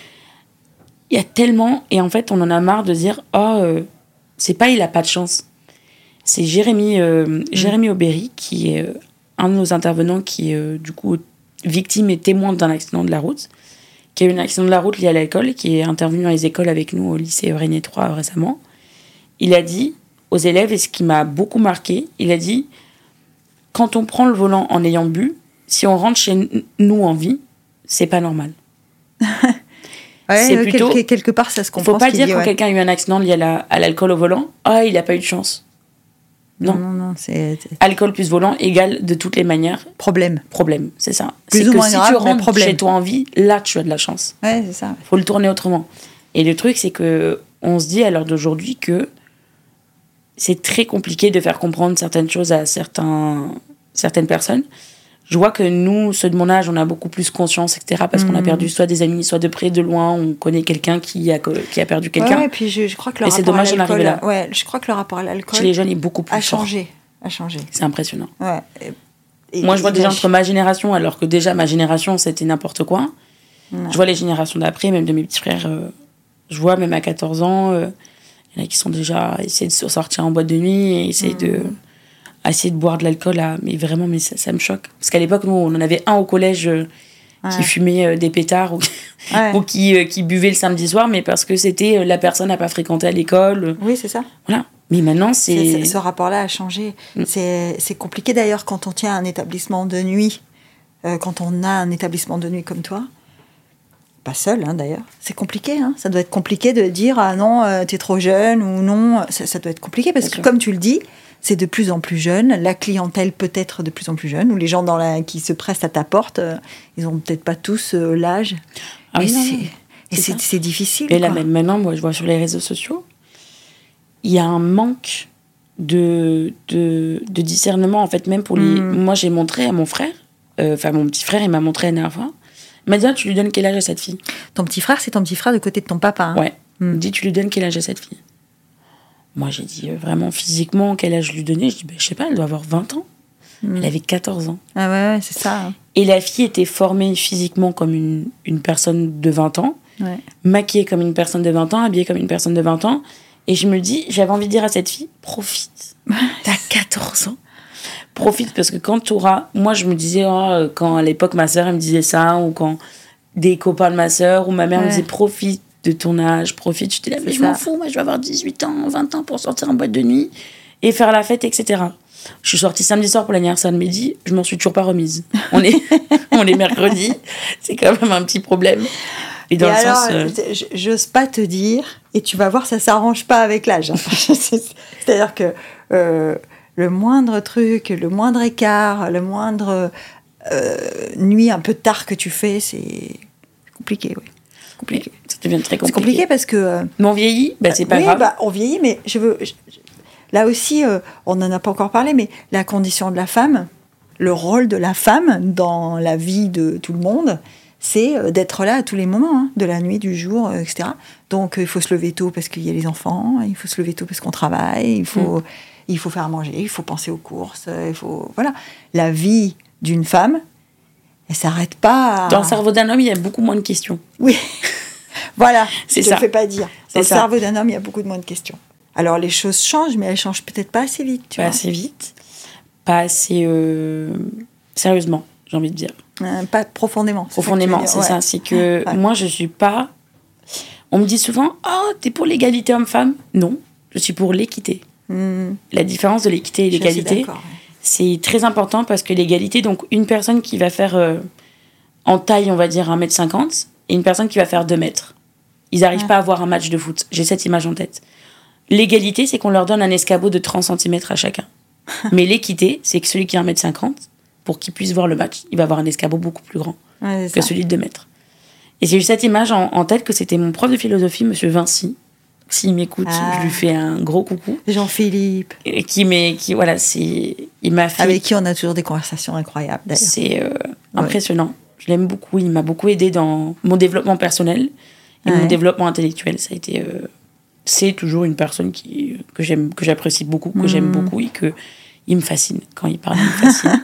il y a tellement... Et en fait, on en a marre de dire, c'est pas il a pas de chance. C'est Jérémy Aubéry, qui est un de nos intervenants, qui est du coup victime et témoin d'un accident de la route, qui a eu un accident de la route lié à l'alcool, qui est intervenu dans les écoles avec nous au lycée Régnier 3 récemment. Il a dit aux élèves, et ce qui m'a beaucoup marqué, il a dit, quand on prend le volant en ayant bu, si on rentre chez nous en vie, c'est pas normal. C'est plutôt... quelque part, ça se comprend. Faut pas dire quand quelqu'un a eu un accident lié à l'alcool au volant, il a pas eu de chance. Non, c'est... Alcool plus volant égale de toutes les manières... Problème, c'est ça. Plus ou moins grave, si tu rentres chez toi en vie, là, tu as de la chance. Ouais, c'est ça. Faut le tourner autrement. Et le truc, c'est que on se dit à l'heure d'aujourd'hui que c'est très compliqué de faire comprendre certaines choses à certaines personnes. Je vois que nous, ceux de mon âge, on a beaucoup plus conscience, etc. Parce qu'on a perdu soit des amis, soit de près, de loin. On connaît quelqu'un qui a perdu quelqu'un. Ouais, et puis je crois que le rapport c'est dommage d'en arriver là. Ouais, je crois que le rapport à l'alcool... Chez les jeunes, est beaucoup plus fort. A changé. C'est impressionnant. Ouais. Et moi, je vois déjà entre ma génération, alors que déjà ma génération, c'était n'importe quoi. Ouais. Je vois les générations d'après, même de mes petits frères. Je vois, même à 14 ans, il y en a qui sont déjà essayés de sortir en boîte de nuit et essayer de boire de l'alcool, mais vraiment, ça me choque. Parce qu'à l'époque, nous, on en avait un au collège qui fumait des pétards ou qui buvait le samedi soir, mais parce que c'était la personne à pas fréquenter à l'école. Oui, c'est ça. Voilà. Mais maintenant, ce rapport-là a changé. C'est compliqué d'ailleurs quand on tient un établissement de nuit, quand on a un établissement de nuit comme toi. Pas seul, d'ailleurs. C'est compliqué. Ça doit être compliqué de dire ah non, t'es trop jeune ou non. Ça doit être compliqué parce que, comme tu le dis, c'est de plus en plus jeune. La clientèle peut être de plus en plus jeune. Ou les gens qui se pressent à ta porte, ils n'ont peut-être pas tous l'âge. Ah oui, c'est difficile. Et là, même maintenant, moi, je vois sur les réseaux sociaux, il y a un manque de discernement, en fait, même pour les... Moi, j'ai montré à mon frère, mon petit frère, il m'a montré la dernière fois. Il m'a dit, tu lui donnes quel âge à cette fille ? Ton petit frère, c'est ton petit frère de côté de ton papa. Ouais. Il me dit, tu lui donnes quel âge à cette fille ? Moi, j'ai dit, vraiment, physiquement, quel âge je lui donnais ? Je dis, je sais pas, elle doit avoir 20 ans. Elle avait 14 ans. Ah ouais, c'est ça. Et la fille était formée physiquement comme une personne de 20 ans, maquillée comme une personne de 20 ans, habillée comme une personne de 20 ans. Et je me dis, j'avais envie de dire à cette fille, profite. T'as 14 ans. Profite, parce que quand tu auras... Moi, je me disais, quand à l'époque, ma sœur, elle me disait ça, ou quand des copains de ma sœur, ou ma mère me disait profite de ton âge, profite. J'étais là, mais je m'en fous, moi je vais avoir 18 ans, 20 ans pour sortir en boîte de nuit et faire la fête, etc. Je suis sortie samedi soir pour l'anniversaire de Mehdi, je m'en suis toujours pas remise. On est mercredi, c'est quand même un petit problème. Et dans et le alors, sens, j'ose pas te dire, et tu vas voir, ça s'arrange pas avec l'âge. C'est-à-dire que le moindre truc, le moindre écart, le moindre nuit un peu tard que tu fais, c'est compliqué, oui. Compliqué. Ça devient très compliqué. C'est compliqué parce que... mais on vieillit, c'est pas grave. On vieillit, mais là aussi, on n'en a pas encore parlé, mais la condition de la femme, le rôle de la femme dans la vie de tout le monde, c'est d'être là à tous les moments, hein, de la nuit, du jour, etc. Donc, il faut se lever tôt parce qu'il y a les enfants, il faut se lever tôt parce qu'on travaille, il faut faire manger, il faut penser aux courses, Voilà. La vie d'une femme, elle s'arrête pas Dans le cerveau d'un homme, il y a beaucoup moins de questions. Oui, voilà, c'est je ça. ne fais pas dire. Dans le cerveau d'un homme, il y a beaucoup moins de questions. Alors, les choses changent, mais elles changent peut-être pas assez vite, tu vois. Pas assez vite, pas assez sérieusement, j'ai envie de dire. Pas profondément. Profondément, c'est ça. C'est que moi, je suis pas... On me dit souvent « Oh, t'es pour l'égalité homme-femme ?» Non, je suis pour l'équité. La différence de l'équité et l'égalité, c'est très important parce que l'égalité, donc une personne qui va faire en taille, on va dire 1m50, et une personne qui va faire 2 mètres. Ils n'arrivent pas à avoir un match de foot. J'ai cette image en tête. L'égalité, c'est qu'on leur donne un escabeau de 30 cm à chacun. Mais l'équité, c'est que celui qui a 1m50, pour qu'il puisse voir le match, il va avoir un escabeau beaucoup plus grand que celui de 2 mètres. Et j'ai eu cette image en tête que c'était mon prof de philosophie, monsieur Vinci. S'il m'écoute, je lui fais un gros coucou. Jean-Philippe. Et il m'a fait... Avec qui on a toujours des conversations incroyables, d'ailleurs. C'est impressionnant. Je l'aime beaucoup. Il m'a beaucoup aidé dans mon développement personnel et mon développement intellectuel. Ça a été... c'est toujours une personne que j'apprécie beaucoup, que j'aime beaucoup et il me fascine. Quand il parle, il me fascine.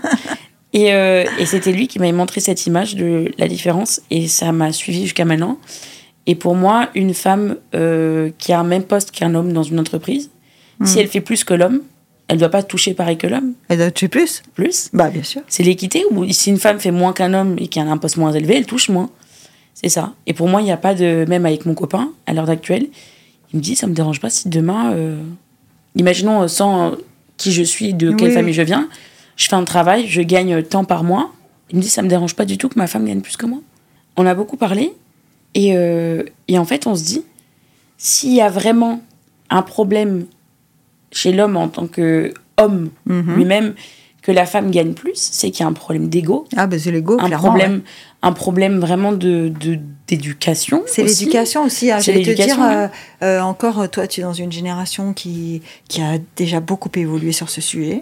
Et c'était lui qui m'avait montré cette image de la différence et ça m'a suivi jusqu'à maintenant. Et pour moi, une femme qui a un même poste qu'un homme dans une entreprise, si elle fait plus que l'homme, elle ne doit pas toucher pareil que l'homme. Elle doit toucher plus. Plus. Bah, bien sûr. C'est l'équité. Ou si une femme fait moins qu'un homme et qui a un poste moins élevé, elle touche moins. C'est ça. Et pour moi, il n'y a pas de... Même avec mon copain, à l'heure actuelle, il me dit, ça ne me dérange pas si demain... imaginons, sans qui je suis, de quelle famille je viens, je fais un travail, je gagne tant par mois. Il me dit, ça ne me dérange pas du tout que ma femme gagne plus que moi. On a beaucoup parlé. Et en fait, on se dit, s'il y a vraiment un problème chez l'homme en tant qu'homme lui-même, que la femme gagne plus, c'est qu'il y a un problème d'ego. Ah, ben c'est l'ego, clairement. Un problème vraiment d'éducation. C'est aussi. L'éducation aussi. Hein. J'allais te dire, encore, toi, tu es dans une génération qui a déjà beaucoup évolué sur ce sujet.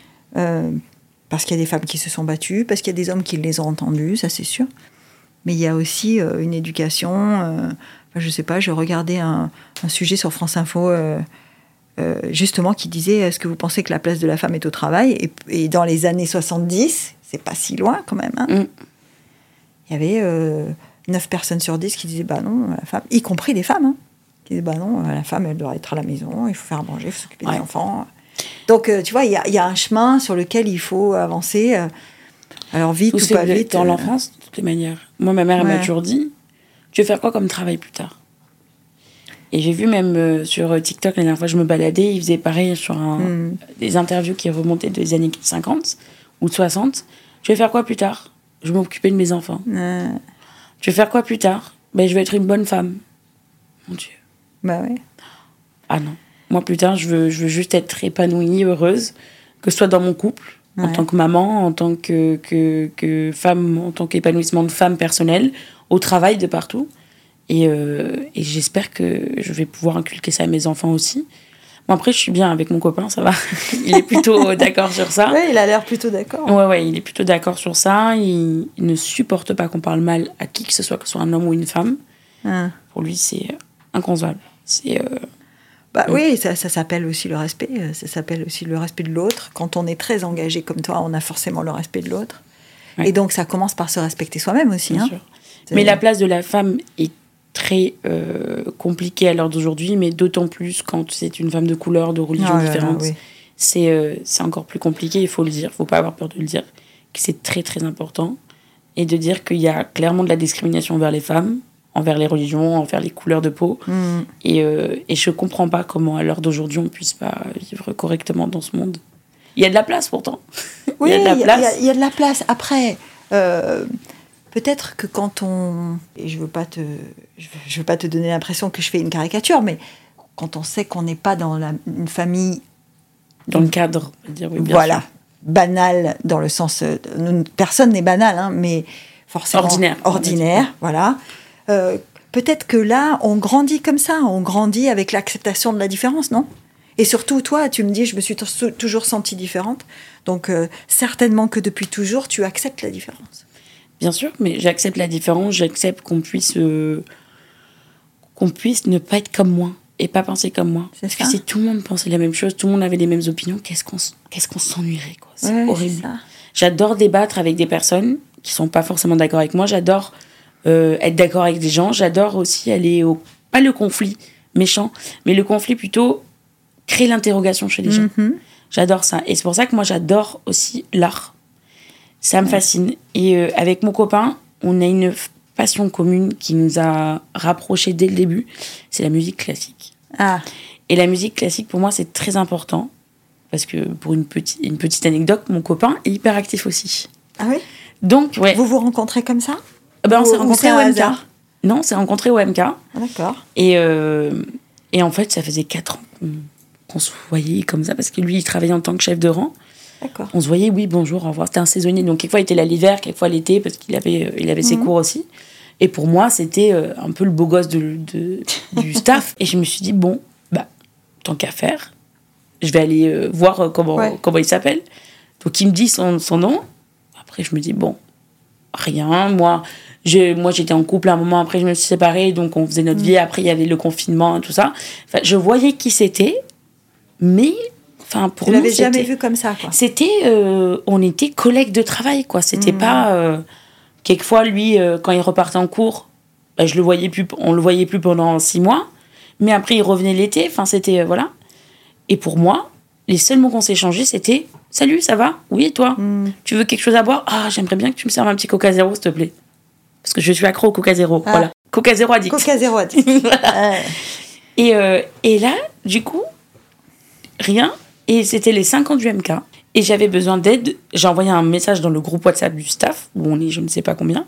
Parce qu'il y a des femmes qui se sont battues, parce qu'il y a des hommes qui les ont entendues, ça c'est sûr. Mais il y a aussi une éducation. Je sais pas, je regardais un sujet sur France Info, justement, qui disait est-ce que vous pensez que la place de la femme est au travail ? Et dans les années 70, c'est pas si loin quand même. Hein. Il y avait 9 personnes sur 10 qui disaient bah non, la femme, y compris des femmes, hein, qui disaient bah non, la femme, elle doit être à la maison, il faut faire manger, il faut s'occuper des enfants. Donc, tu vois, il y a un chemin sur lequel il faut avancer. Alors, vite ou pas vite. Dans l'enfance, de toutes les manières. Moi, ma mère, elle m'a toujours dit tu veux faire quoi comme travail plus tard ? Et j'ai vu même sur TikTok, la dernière fois, je me baladais, ils faisaient pareil sur des interviews qui remontaient des années 50 ou 60. Tu veux faire quoi plus tard ? Je vais m'occuper de mes enfants. Tu veux faire quoi plus tard ? Ben, je vais être une bonne femme. Mon Dieu. Bah ouais. Ah non. Moi, plus tard, je veux juste être épanouie, heureuse, que ce soit dans mon couple, en tant que maman, en tant que femme, en tant qu'épanouissement de femme personnelle, au travail, de partout. Et j'espère que je vais pouvoir inculquer ça à mes enfants aussi. Bon, après, je suis bien avec mon copain, ça va. Il est plutôt d'accord sur ça. Oui, il a l'air plutôt d'accord. Ouais, il est plutôt d'accord sur ça. Il ne supporte pas qu'on parle mal à qui que ce soit un homme ou une femme. Pour lui, c'est inconcevable. Oui, ça s'appelle aussi le respect. Ça s'appelle aussi le respect de l'autre. Quand on est très engagé comme toi, on a forcément le respect de l'autre. Ouais. Et donc, ça commence par se respecter soi-même aussi. Bien sûr. Mais la place de la femme est très compliquée à l'heure d'aujourd'hui, mais d'autant plus quand c'est une femme de couleur, de religion différente. Oui. C'est encore plus compliqué, il faut le dire. Il ne faut pas avoir peur de le dire. Que c'est très, très important. et de dire qu'il y a clairement de la discrimination envers les femmes, envers les religions, envers les couleurs de peau. Et je comprends pas comment, à l'heure d'aujourd'hui, on puisse pas vivre correctement dans ce monde. Il y a de la place, pourtant. Oui, il y a de la place. Après, peut-être que quand on... Et je veux pas te donner l'impression que je fais une caricature, mais quand on sait qu'on n'est pas dans une famille... Dans le cadre, on va dire, oui, bien voilà, sûr. banal, dans le sens... personne n'est banal, hein, mais forcément... Ordinaire, voilà. Peut-être que là, on grandit comme ça, on grandit avec l'acceptation de la différence, non ? Et surtout, toi, tu me dis, je me suis toujours sentie différente, donc certainement que depuis toujours, tu acceptes la différence. Bien sûr, mais j'accepte la différence, j'accepte qu'on puisse ne pas être comme moi et pas penser comme moi. Parce que si tout le monde pensait la même chose, tout le monde avait les mêmes opinions, qu'est-ce qu'on s'ennuierait, quoi. C'est horrible. C'est ça. J'adore débattre avec des personnes qui sont pas forcément d'accord avec moi, j'adore être d'accord avec des gens, j'adore aussi aller pas le conflit méchant, mais le conflit plutôt créer l'interrogation chez les gens. J'adore ça. Et c'est pour ça que moi, j'adore aussi l'art. Ça me fascine. Et avec mon copain, on a une passion commune qui nous a rapprochés dès le début. C'est la musique classique. Et la musique classique, pour moi, c'est très important. Parce que, pour une petite anecdote, mon copain est hyper actif aussi. Ah oui ? Donc, ouais. Vous vous rencontrez comme ça ? On s'est rencontrés au MK. Non, on s'est rencontrés au MK. D'accord. Et en fait, ça faisait 4 ans qu'on se voyait comme ça, parce que lui, il travaillait en tant que chef de rang. D'accord. On se voyait, oui, bonjour, au revoir. C'était un saisonnier, donc quelquefois il était là l'hiver, quelquefois l'été, parce qu'il avait ses cours aussi. Et pour moi, c'était un peu le beau gosse du staff. Et je me suis dit, bon, tant qu'à faire, je vais aller voir comment il s'appelle. Donc il me dit son nom. Après, je me dis, bon, rien. Moi, j'étais en couple à un moment, après je me suis séparée, donc on faisait notre vie. Après, il y avait le confinement et tout ça. Enfin, je voyais qui c'était, mais... Enfin, pour nous, tu l'avais jamais vu comme ça, quoi. C'était, on était collègues de travail, quoi. C'était pas... quelquefois, lui, quand il repartait en cours, on le voyait plus pendant 6 mois. Mais après, il revenait l'été. Enfin, c'était... voilà. Et pour moi, les seuls mots qu'on s'est échangés, c'était « Salut, ça va ? Oui, et toi ? Tu veux quelque chose à boire ? Ah, j'aimerais bien que tu me serves un petit Coca Zéro, s'il te plaît. Parce que je suis accro au Coca Zéro. Voilà. Coca Zéro addict. Coca Zéro addict. Voilà. Et là, du coup, rien... Et c'était les 5 ans du MK. Et j'avais besoin d'aide. J'ai envoyé un message dans le groupe WhatsApp du staff, où on est je ne sais pas combien.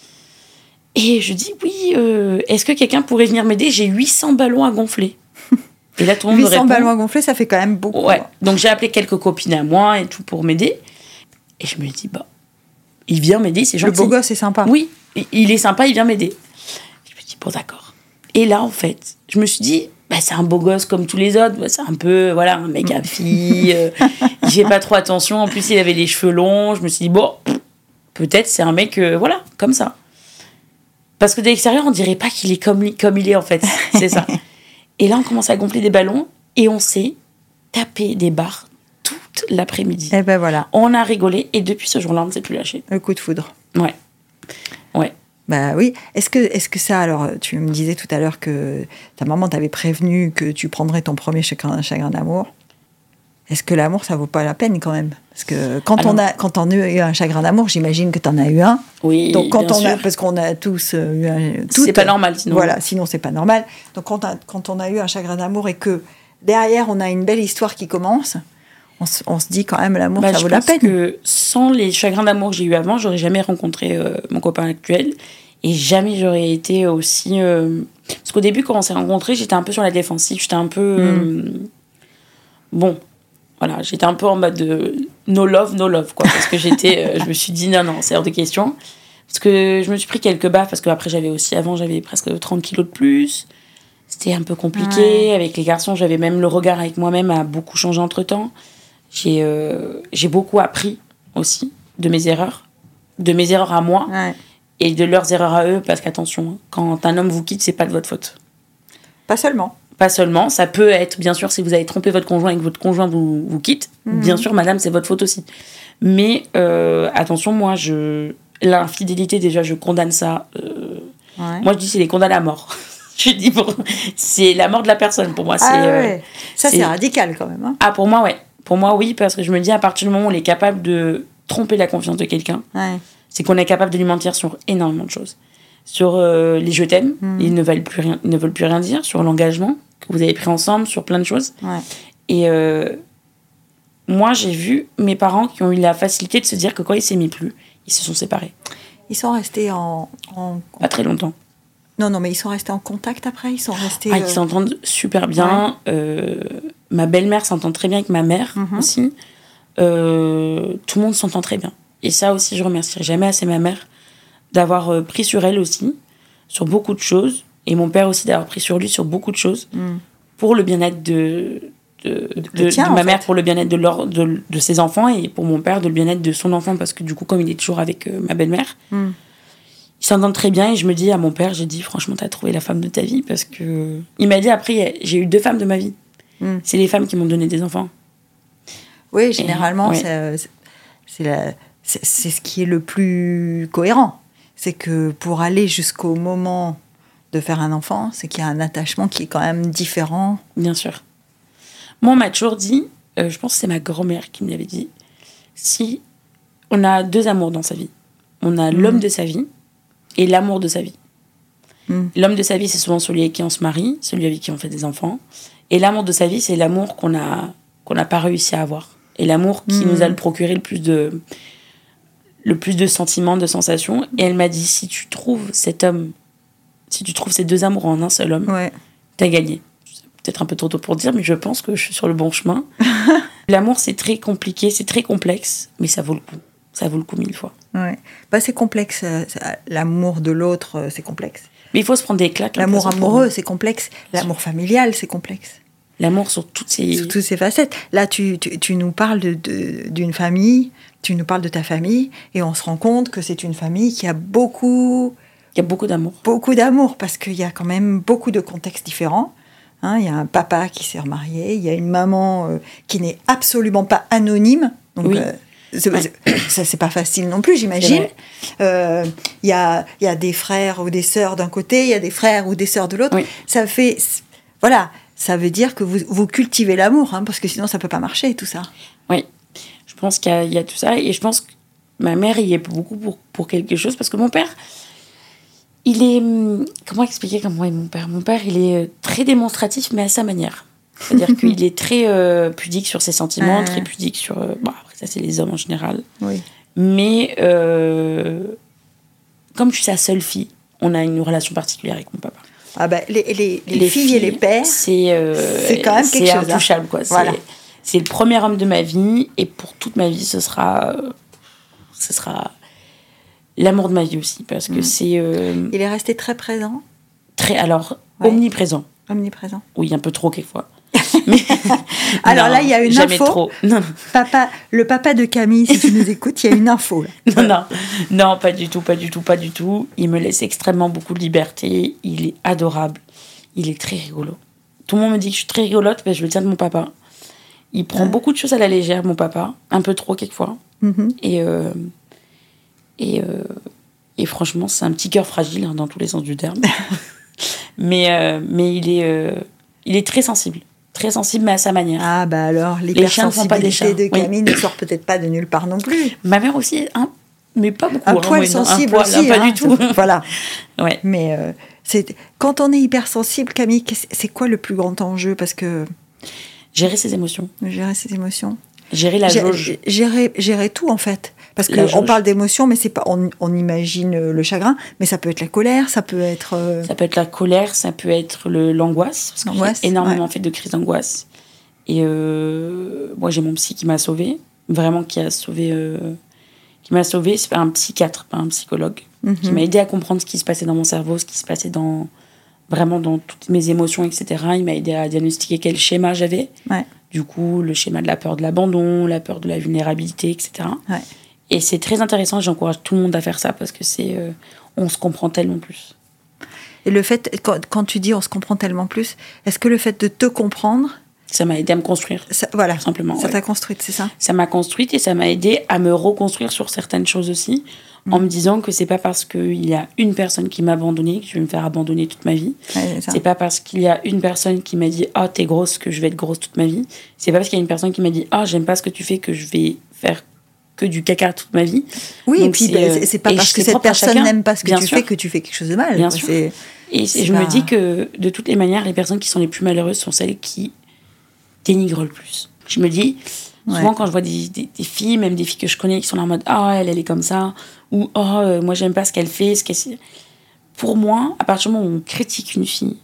Et je dis, oui, est-ce que quelqu'un pourrait venir m'aider ? J'ai 800 ballons à gonfler. Et là, tout le monde me répond. 800 ballons à gonfler, ça fait quand même beaucoup. Ouais. Donc j'ai appelé quelques copines à moi et tout pour m'aider. Et je me dis, il vient m'aider, c'est gentil. Le beau gosse est sympa. Oui, il est sympa, il vient m'aider. Je me dis, bon, d'accord. Et là, en fait, je me suis dit... c'est un beau gosse comme tous les autres, c'est un peu, voilà, un mec à fille, il fait pas trop attention, en plus il avait les cheveux longs, je me suis dit, bon, peut-être c'est un mec, voilà, comme ça. Parce que de l'extérieur, on dirait pas qu'il est comme il est en fait, c'est ça. Et là, on commence à gonfler des ballons, et on s'est tapé des barres toute l'après-midi. Et ben voilà. On a rigolé, et depuis ce jour-là, on ne s'est plus lâché. Le coup de foudre. Ouais. Bah oui. Est-ce que ça, alors, tu me disais tout à l'heure que ta maman t'avait prévenu que tu prendrais ton premier chagrin d'amour. Est-ce que l'amour, ça vaut pas la peine quand même ? Parce que quand on a eu un chagrin d'amour, j'imagine que t'en as eu un. Oui, donc quand bien sûr. parce qu'on a tous eu un. C'est pas normal sinon. Voilà, sinon c'est pas normal. Donc quand on a eu un chagrin d'amour et que derrière on a une belle histoire qui commence, on se dit quand même l'amour, ça vaut la peine. Je pense que sans les chagrins d'amour que j'ai eu avant, j'aurais jamais rencontré mon copain actuel et jamais j'aurais été aussi... Parce qu'au début, quand on s'est rencontrés, j'étais un peu sur la défensive, j'étais un peu... Bon, voilà, j'étais un peu en mode no love, quoi. Parce que je me suis dit non, c'est hors de question. Parce que je me suis pris quelques baffes, parce qu'après j'avais presque 30 kilos de plus. C'était un peu compliqué. Ouais. Avec les garçons, j'avais même le regard avec moi-même a beaucoup changé entre-temps. J'ai beaucoup appris aussi de mes erreurs à moi et de leurs erreurs à eux, parce qu'attention, quand un homme vous quitte, c'est pas de votre faute. Pas seulement, ça peut être, bien sûr, si vous avez trompé votre conjoint et que votre conjoint vous quitte, bien sûr, madame, c'est votre faute aussi. Mais attention, moi, l'infidélité, déjà, je condamne ça. Moi, je dis c'est les condamnes à mort. Je dis c'est la mort de la personne pour moi. C'est radical quand même. Hein. Ah, pour moi, ouais. Pour moi, oui, parce que je me dis, à partir du moment où on est capable de tromper la confiance de quelqu'un, C'est qu'on est capable de lui mentir sur énormément de choses. Sur les je t'aime, ils ne veulent plus rien dire. Sur l'engagement que vous avez pris ensemble, sur plein de choses. Ouais. Et moi, j'ai vu mes parents qui ont eu la facilité de se dire que quand ils s'aimaient plus, ils se sont séparés. Ils sont restés Pas très longtemps. Non, mais ils sont restés en contact après. Ils sont restés. Ils s'entendent super bien. Ma belle-mère s'entend très bien avec ma mère aussi. Tout le monde s'entend très bien. Et ça aussi, je remercierai jamais assez ma mère d'avoir pris sur elle aussi, sur beaucoup de choses. Et mon père aussi d'avoir pris sur lui sur beaucoup de choses. Pour le bien-être de ma mère, pour le bien-être de ses enfants, et pour mon père, de le bien-être de son enfant. Parce que du coup, comme il est toujours avec ma belle-mère, ils s'entendent très bien. Et je me dis à mon père, j'ai dit, franchement, t'as trouvé la femme de ta vie. Parce que il m'a dit, après, j'ai eu 2 femmes de ma vie. C'est les femmes qui m'ont donné des enfants. Oui, généralement, c'est ce qui est le plus cohérent. C'est que pour aller jusqu'au moment de faire un enfant, c'est qu'il y a un attachement qui est quand même différent. Bien sûr. Moi, on m'a toujours dit, je pense que c'est ma grand-mère qui me l'avait dit, si on a 2 amours dans sa vie. On a l'homme de sa vie et l'amour de sa vie. L'homme de sa vie, c'est souvent celui avec qui on se marie, celui avec qui on fait des enfants. Et l'amour de sa vie, c'est l'amour qu'on n'a pas réussi à avoir. Et l'amour qui nous a procuré le plus de sentiments, de sensations. Et elle m'a dit, si tu trouves cet homme, si tu trouves ces 2 amours en un seul homme, t'as gagné. C'est peut-être un peu trop tôt pour dire, mais je pense que je suis sur le bon chemin. L'amour, c'est très compliqué, c'est très complexe, mais ça vaut le coup. Ça vaut le coup 1000 fois. Ouais. C'est complexe. L'amour de l'autre, c'est complexe. Mais il faut se prendre des claques. L'amour amoureux, c'est complexe. L'amour familial, c'est complexe. L'amour sur toutes ses facettes. Là, tu nous parles d'une famille, tu nous parles de ta famille, et on se rend compte que c'est une famille qui a beaucoup d'amour. Beaucoup d'amour, parce qu'il y a quand même beaucoup de contextes différents. Il y a un papa qui s'est remarié, il y a une maman qui n'est absolument pas anonyme. Donc, ça, c'est pas facile non plus, j'imagine. Il y a des frères ou des sœurs d'un côté, il y a des frères ou des sœurs de l'autre. Ça fait... Voilà, ça veut dire que vous cultivez l'amour, parce que sinon ça peut pas marcher, tout ça. Oui, je pense qu'il y a tout ça, et je pense que ma mère y est beaucoup pour quelque chose, parce que mon père, il est... Comment expliquer comment est mon père ? Mon père, il est très démonstratif, mais à sa manière. C'est-à-dire qu'il est très pudique sur ses sentiments, très pudique sur... après ça, c'est les hommes en général. Oui. Mais comme je suis sa seule fille, on a une relation particulière avec mon papa. Les filles et les pères, c'est quand même quelque chose. C'est intouchable, quoi. Voilà. C'est le premier homme de ma vie, et pour toute ma vie, ce sera l'amour de ma vie aussi, parce que c'est... Il est resté très présent. Omniprésent. Omniprésent. Oui, un peu trop quelquefois. Mais... Alors là, il y a une jamais info. Trop. Non. Le papa de Camille, si tu nous écoutes, il y a une info. Là. Non, pas du tout. Il me laisse extrêmement beaucoup de liberté. Il est adorable. Il est très rigolo. Tout le monde me dit que je suis très rigolote, mais je le tiens de mon papa. Il prend beaucoup de choses à la légère, mon papa. Un peu trop, quelquefois. Et franchement, c'est un petit cœur fragile, dans tous les sens du terme. mais il est très sensible. Très sensible, mais à sa manière. Alors, l'hypersensibilité de Camille ne sort peut-être pas de nulle part non plus. Ma mère aussi, mais pas beaucoup. Un poil sensible aussi. Pas du tout. Voilà. Ouais. Mais quand on est hypersensible, Camille, c'est quoi le plus grand enjeu ? Parce que... Gérer ses émotions. Gérer la jauge. Gérer tout, en fait. Parce qu'on parle d'émotions, mais c'est pas, on imagine le chagrin, mais ça peut être la colère, ça peut être... Ça peut être la colère, ça peut être l'angoisse. Parce que j'ai énormément fait de crises d'angoisse. Et moi, j'ai mon psy qui m'a sauvée. Vraiment, qui m'a sauvée. C'est un psychiatre, pas un psychologue. Qui m'a aidé à comprendre ce qui se passait dans mon cerveau, ce qui se passait vraiment dans toutes mes émotions, etc. Il m'a aidé à diagnostiquer quel schéma j'avais. Ouais. Du coup, le schéma de la peur de l'abandon, la peur de la vulnérabilité, etc. Ouais. Et c'est très intéressant, j'encourage tout le monde à faire ça, parce que on se comprend tellement plus. Et le fait, quand tu dis on se comprend tellement plus, est-ce que le fait de te comprendre... Ça m'a aidé à me construire, voilà, simplement. Ça t'a construite, c'est ça ? Ça m'a construite, et ça m'a aidé à me reconstruire sur certaines choses aussi, en me disant que c'est pas parce qu'il y a une personne qui m'a abandonnée que je vais me faire abandonner toute ma vie. Ouais, c'est pas parce qu'il y a une personne qui m'a dit « Ah, t'es grosse » que je vais être grosse toute ma vie. C'est pas parce qu'il y a une personne qui m'a dit « Ah, j'aime pas ce que tu fais » que je vais faire que du caca toute ma vie. Oui, donc, et puis c'est pas parce que cette personne n'aime pas ce que tu fais que tu fais quelque chose de mal. Bien sûr. Et je me dis que de toutes les manières, les personnes qui sont les plus malheureuses sont celles qui dénigrent le plus. Je me dis, souvent quand je vois des filles, même des filles que je connais, qui sont là en mode « Ah, elle est comme ça » ou « Oh, moi j'aime pas ce qu'elle fait ». Pour moi, à partir du moment où on critique une fille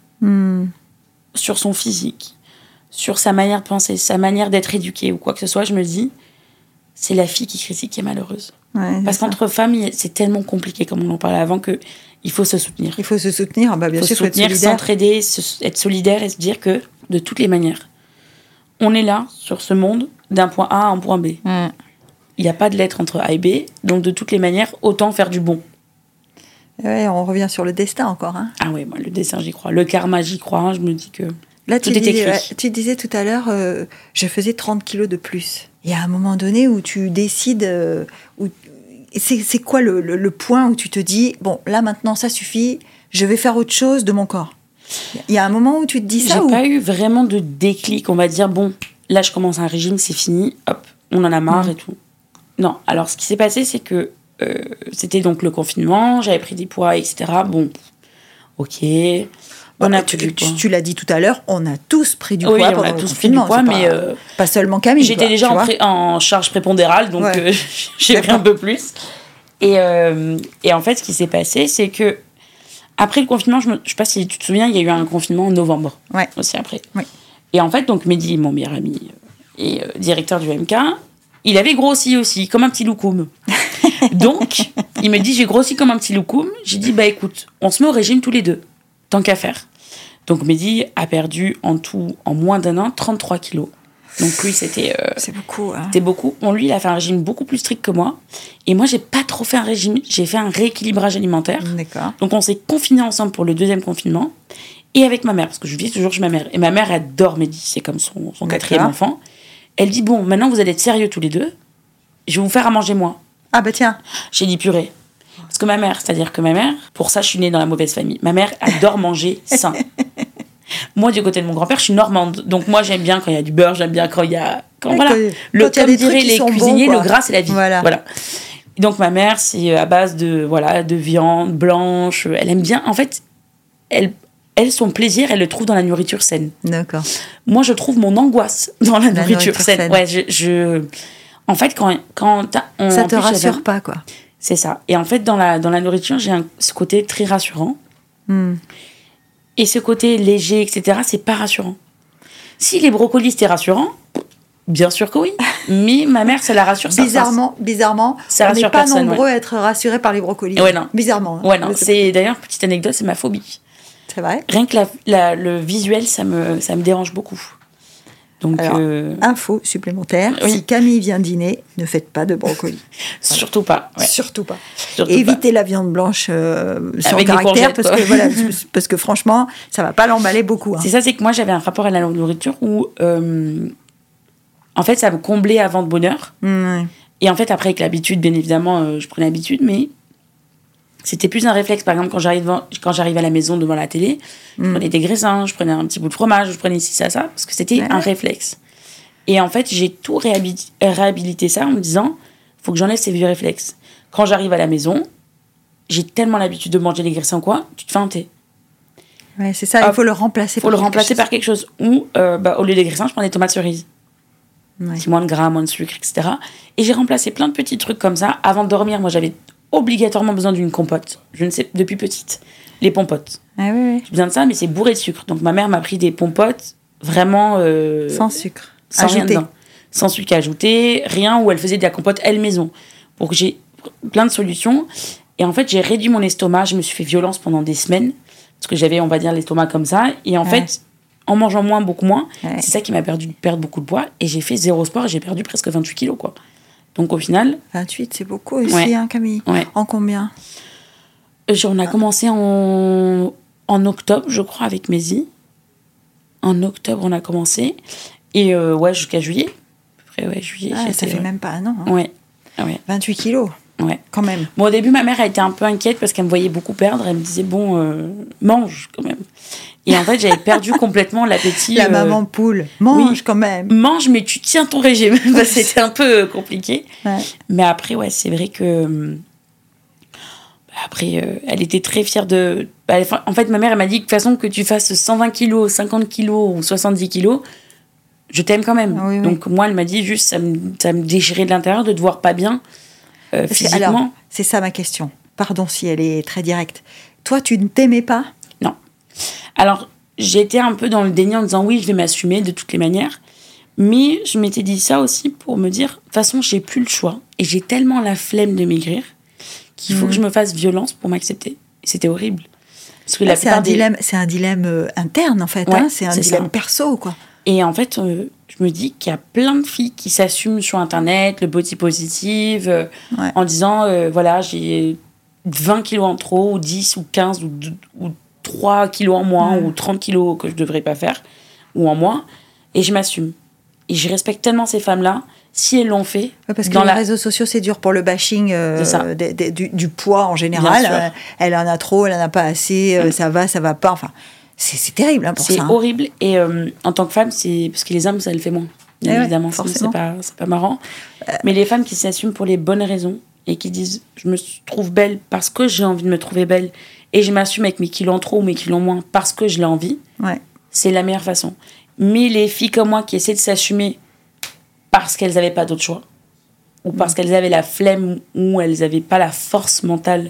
sur son physique, sur sa manière de penser, sa manière d'être éduquée ou quoi que ce soit, je me dis, c'est la fille qui critique qui est malheureuse. Ouais, parce qu'entre femmes, c'est tellement compliqué, comme on en parlait avant, que il faut se soutenir. Il faut se soutenir, bien sûr, il faut être solidaire. S'entraider, être solidaire et se dire que, de toutes les manières, on est là, sur ce monde, d'un point A à un point B. Il n'y a pas de lettre entre A et B, donc de toutes les manières, autant faire du bon. Ouais, on revient sur le destin encore. Hein. Ah ouais, moi, le destin, j'y crois. Le karma, j'y crois. Je me dis que là, tout est écrit. Tu disais tout à l'heure, je faisais 30 kilos de plus. Il y a un moment donné où tu décides... c'est quoi le point où tu te dis, bon, là, maintenant, ça suffit, je vais faire autre chose de mon corps. Il y a un moment où tu te dis ça. J'ai pas eu vraiment de déclic, on va dire, bon, là, je commence un régime, c'est fini, hop, on en a marre et tout. Non, alors, ce qui s'est passé, c'est que c'était donc le confinement, j'avais pris des poids, etc. Bon, ok... Tu l'as dit tout à l'heure, on a tous pris du poids pendant le confinement. Mais pas seulement Camille. J'étais déjà en charge prépondérale, donc j'ai pris un peu plus. Et en fait, ce qui s'est passé, c'est que après le confinement, je sais pas si tu te souviens, il y a eu un confinement en novembre. Aussi après. Ouais. Et en fait, donc Mehdi, mon meilleur ami et directeur du MK, il avait grossi aussi, comme un petit loukoum. Donc, il me dit, j'ai grossi comme un petit loukoum. J'ai dit, bah écoute, on se met au régime tous les deux, tant qu'à faire. Donc Mehdi a perdu en tout, en moins d'un an, 33 kilos. Donc lui, c'était... c'est beaucoup. Hein. C'était beaucoup. Bon, lui, il a fait un régime beaucoup plus strict que moi. Et moi, j'ai pas trop fait un régime. J'ai fait un rééquilibrage alimentaire. D'accord. Donc on s'est confinés ensemble pour le deuxième confinement. Et avec ma mère, parce que je vis toujours chez ma mère. Et ma mère adore Mehdi, c'est comme son quatrième enfant. Elle dit, bon, maintenant vous allez être sérieux tous les deux. Je vais vous faire à manger moi. Ah bah tiens. J'ai dit purée. Parce que ma mère, c'est-à-dire que ma mère, pour ça, je suis née dans la mauvaise famille. Ma mère adore manger sain. Moi, du côté de mon grand-père, je suis normande. Donc, moi, j'aime bien quand il y a du beurre, j'aime bien quand il y a... Comme diraient les cuisiniers, le gras, c'est la vie. Voilà. Donc, ma mère, c'est à base de viande blanche. Elle aime bien... En fait, elle, son plaisir, elle le trouve dans la nourriture saine. D'accord. Moi, je trouve mon angoisse dans la nourriture saine. Ouais, en fait, quand ça te rassure pas, quoi. C'est ça. Et en fait, dans la nourriture, j'ai ce côté très rassurant. Et ce côté léger, etc., c'est pas rassurant. Si les brocolis, c'était rassurant, bien sûr que oui. Mais ma mère, ça la rassure. Bizarrement, ça on n'est pas nombreux à être rassurés par les brocolis. Ouais, non. Bizarrement. Hein. Ouais, non. C'est, d'ailleurs, petite anecdote, c'est ma phobie. C'est vrai. Rien que le visuel, ça me dérange beaucoup. Donc, alors, info supplémentaire, si Camille vient dîner, ne faites pas de brocoli. Surtout pas. Ouais. Surtout pas. Évitez la viande blanche sans caractère, parce que franchement, ça va pas l'emballer beaucoup. Hein. C'est ça, c'est que moi, j'avais un rapport à la nourriture où, en fait, ça me comblait avant de bonheur. Et en fait, après, avec l'habitude, bien évidemment, je prenais l'habitude, mais c'était plus un réflexe. Par exemple, quand j'arrive à la maison devant la télé, je prenais des graissins, je prenais un petit bout de fromage, je prenais ci, ça, parce que c'était un réflexe. Et en fait, j'ai tout réhabilité ça en me disant, faut que j'enlève ces vieux réflexes. Quand j'arrive à la maison, j'ai tellement l'habitude de manger les graissins ou quoi, tu te fais un thé. Ouais, c'est ça, il faut le remplacer par quelque chose. Ou, au lieu des graissins, je prends des tomates cerises. C'est moins de gras, moins de sucre, etc. Et j'ai remplacé plein de petits trucs comme ça. Avant de dormir, moi, j'avais obligatoirement besoin d'une compote. Je ne sais, depuis petite. Les pompotes. Ah oui. J'ai besoin de ça, mais c'est bourré de sucre. Donc ma mère m'a pris des pompotes vraiment... sans sucre. Sans rien dedans. Sans sucre ajouté, rien, où elle faisait de la compote elle maison. Donc j'ai plein de solutions. Et en fait, j'ai réduit mon estomac. Je me suis fait violence pendant des semaines. Parce que j'avais, on va dire, l'estomac comme ça. Et en fait, en mangeant beaucoup moins, c'est ça qui m'a perdu de perdre beaucoup de poids. Et j'ai fait 0 sport et j'ai perdu presque 28 kilos, quoi. Donc au final... 28, c'est beaucoup aussi, hein, Camille. En combien ? On a commencé en octobre, je crois, avec Mehdi. En octobre, on a commencé. Et jusqu'à juillet. À peu près, juillet. Ça fait même pas un an. Hein. Ouais. 28 kilos. Ouais. Quand même. Bon, au début, ma mère a été un peu inquiète parce qu'elle me voyait beaucoup perdre. Elle me disait, mange quand même. Et en fait, j'avais perdu complètement l'appétit. La maman poule, mange quand même. Mange, mais tu tiens ton régime. C'était un peu compliqué. Ouais. Mais après, ouais, c'est vrai que... Après, elle était très fière de... En fait, ma mère, elle m'a dit que de toute façon, que tu fasses 120 kilos, 50 kilos ou 70 kilos, je t'aime quand même. Oui. Donc, moi, elle m'a dit juste, ça me déchirait de l'intérieur de te voir pas bien physiquement. Alors, c'est ça ma question. Pardon si elle est très directe. Toi, tu ne t'aimais pas ? Non. Alors, j'étais un peu dans le déni en disant oui, je vais m'assumer de toutes les manières. Mais je m'étais dit ça aussi pour me dire, de toute façon, j'ai plus le choix. Et j'ai tellement la flemme de maigrir qu'il faut que je me fasse violence pour m'accepter. Et c'était horrible. Parce que c'est un dilemme interne, en fait. Ouais, c'est un dilemme perso, quoi. Et en fait, je me dis qu'il y a plein de filles qui s'assument sur Internet, le body positive, en disant, voilà, j'ai 20 kilos en trop, ou 10, ou 15, ou 3 kilos en moins, ou 30 kilos que je ne devrais pas faire, ou en moins, et je m'assume. Et je respecte tellement ces femmes-là, si elles l'ont fait. Parce que les réseaux sociaux, c'est dur pour le bashing du poids en général. Elle en a trop, elle en a pas assez, ça va pas. Enfin, c'est terrible pour ça. C'est horrible. Et en tant que femme, c'est parce que les hommes, ça le fait moins. Bien évidemment, c'est pas marrant. Mais les femmes qui s'assument pour les bonnes raisons et qui disent je me trouve belle parce que j'ai envie de me trouver belle et je m'assume avec mes kilos en trop ou mes kilos en moins parce que je l'ai envie, c'est la meilleure façon. Mais les filles comme moi qui essaient de s'assumer parce qu'elles n'avaient pas d'autre choix ou parce qu'elles avaient la flemme ou elles n'avaient pas la force mentale,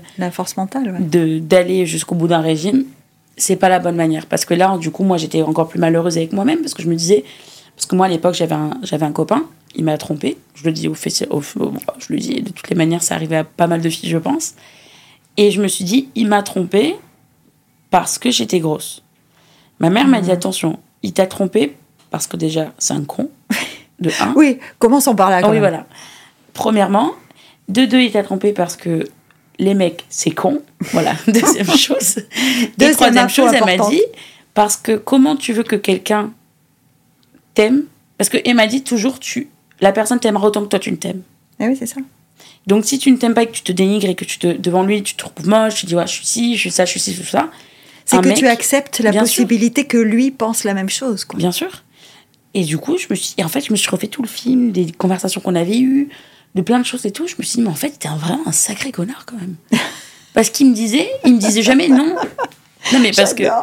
d'aller jusqu'au bout d'un régime, c'est pas la bonne manière. Parce que là, du coup, moi, j'étais encore plus malheureuse avec moi-même parce que je me disais... Parce que moi, à l'époque, j'avais un copain, il m'a trompée. Je le dis je le dis de toutes les manières, ça arrivait à pas mal de filles, je pense. Et je me suis dit, il m'a trompée parce que j'étais grosse. Ma mère m'a dit, attention, il t'a trompée parce que déjà, c'est un con, de 1. Oui, commençons par là, quand même. Oui, voilà. Premièrement. De 2, il t'a trompée parce que les mecs, c'est con. Voilà, deuxième chose. Et troisième chose, elle m'a dit, parce que comment tu veux que quelqu'un t'aime, parce qu'elle m'a dit toujours, la personne t'aimera autant que toi tu ne t'aimes. Ah oui, c'est ça. Donc si tu ne t'aimes pas et que tu te dénigres et que devant lui tu te trouves moche, tu dis ouais, je suis ci, je suis ça, je suis ci, je suis ça. C'est que tu acceptes la possibilité que lui pense la même chose, quoi. Bien sûr. Et du coup, je me suis refait tout le film, des conversations qu'on avait eues, de plein de choses et tout. Je me suis dit, mais en fait, t'es vraiment un sacré connard quand même. Parce qu'il me disait jamais non. Non, mais parce que.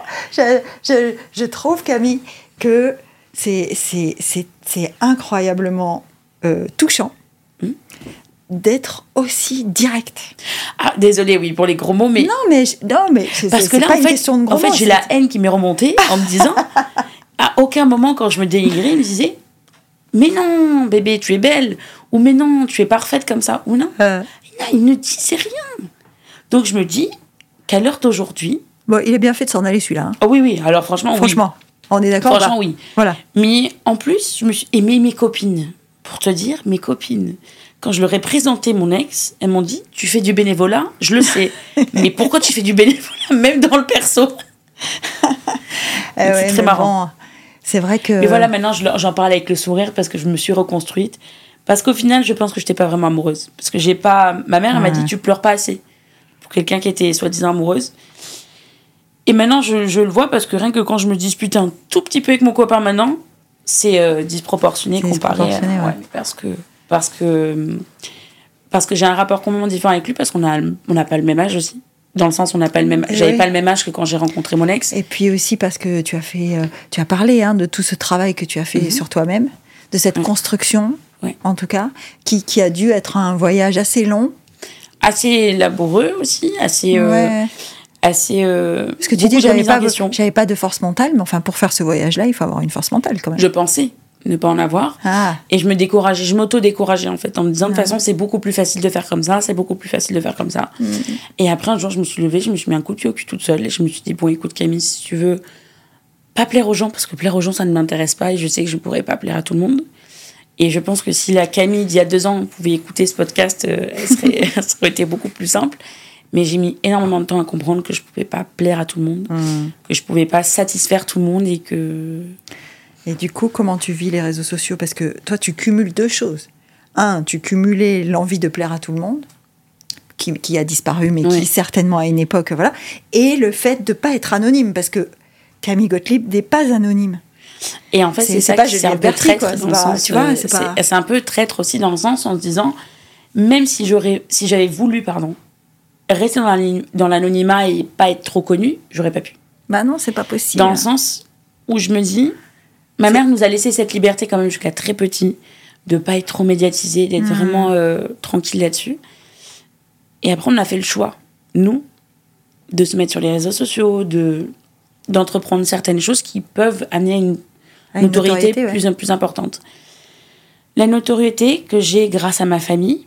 Je trouve, Camille, que c'est incroyablement touchant d'être aussi direct. Ah, désolée, oui, pour les gros mots, mais... Non, mais parce que là, pas une question de gros mots. J'ai la haine qui m'est remontée en me disant, à aucun moment, quand je me dénigrais, il me disait, mais non, bébé, tu es belle, ou mais non, tu es parfaite comme ça, ou non. Il ne disait rien. Donc, je me dis qu'à l'heure d'aujourd'hui... Bon, il a bien fait de s'en aller, celui-là. Hein. Oh, oui, alors franchement, on est d'accord. Franchement, oui. Voilà. Mais en plus, je me suis aimé mes copines. Pour te dire, mes copines... Quand je leur ai présenté mon ex, elles m'ont dit, tu fais du bénévolat ? Je le sais. Mais pourquoi tu fais du bénévolat, même dans le perso ? C'est très marrant. Bon, c'est vrai que... Mais voilà, maintenant, j'en parle avec le sourire parce que je me suis reconstruite. Parce qu'au final, je pense que je n'étais pas vraiment amoureuse. Parce que j'ai pas... Ma mère, elle m'a dit, tu pleures pas assez. Pour quelqu'un qui était soi-disant amoureuse. Et maintenant, je le vois parce que rien que quand je me dispute un tout petit peu avec mon copain maintenant, c'est disproportionné comparé à... Ouais, parce que j'ai un rapport complètement différent avec lui parce qu'on n'a pas le même âge aussi. Dans le sens, j'avais pas le même âge que quand j'ai rencontré mon ex. Et puis aussi parce que tu as parlé de tout ce travail que tu as fait sur toi-même, de cette construction, en tout cas, qui a dû être un voyage assez long. Assez laboureux aussi, assez... Parce que tu dis, j'avais pas de force mentale, mais enfin, pour faire ce voyage-là, il faut avoir une force mentale quand même. Je pensais ne pas en avoir. Et je me décourageais, je m'auto-décourageais en fait, en me disant de toute façon, c'est beaucoup plus facile de faire comme ça, c'est beaucoup plus facile de faire comme ça. Et après, un jour, je me suis levée, je me suis mis un coup de pied au cul toute seule, et je me suis dit, bon, écoute Camille, si tu veux pas plaire aux gens, parce que plaire aux gens, ça ne m'intéresse pas, et je sais que je ne pourrais pas plaire à tout le monde. Et je pense que si la Camille d'il y a 2 ans pouvait écouter ce podcast, ça aurait été beaucoup plus simple. Mais j'ai mis énormément de temps à comprendre que je ne pouvais pas plaire à tout le monde, que je ne pouvais pas satisfaire tout le monde et que... Et du coup, comment tu vis les réseaux sociaux ? Parce que toi, tu cumules 2 choses. Tu cumulais l'envie de plaire à tout le monde, qui a disparu, mais qui certainement à une époque, voilà. Et le fait de ne pas être anonyme, parce que Camille Gottlieb n'est pas anonyme. Et en fait, c'est ça que c'est un peu traître dans le sens. Tu vois, c'est un peu traître aussi dans le sens en se disant, même si j'avais voulu, rester dans l'anonymat et pas être trop connue, j'aurais pas pu. Bah non, c'est pas possible. Dans le sens où je me dis, ma mère nous a laissé cette liberté quand même jusqu'à très petit, de pas être trop médiatisée, d'être vraiment tranquille là-dessus. Et après, on a fait le choix, nous, de se mettre sur les réseaux sociaux, d'entreprendre certaines choses qui peuvent amener une notoriété plus importante. La notoriété que j'ai grâce à ma famille,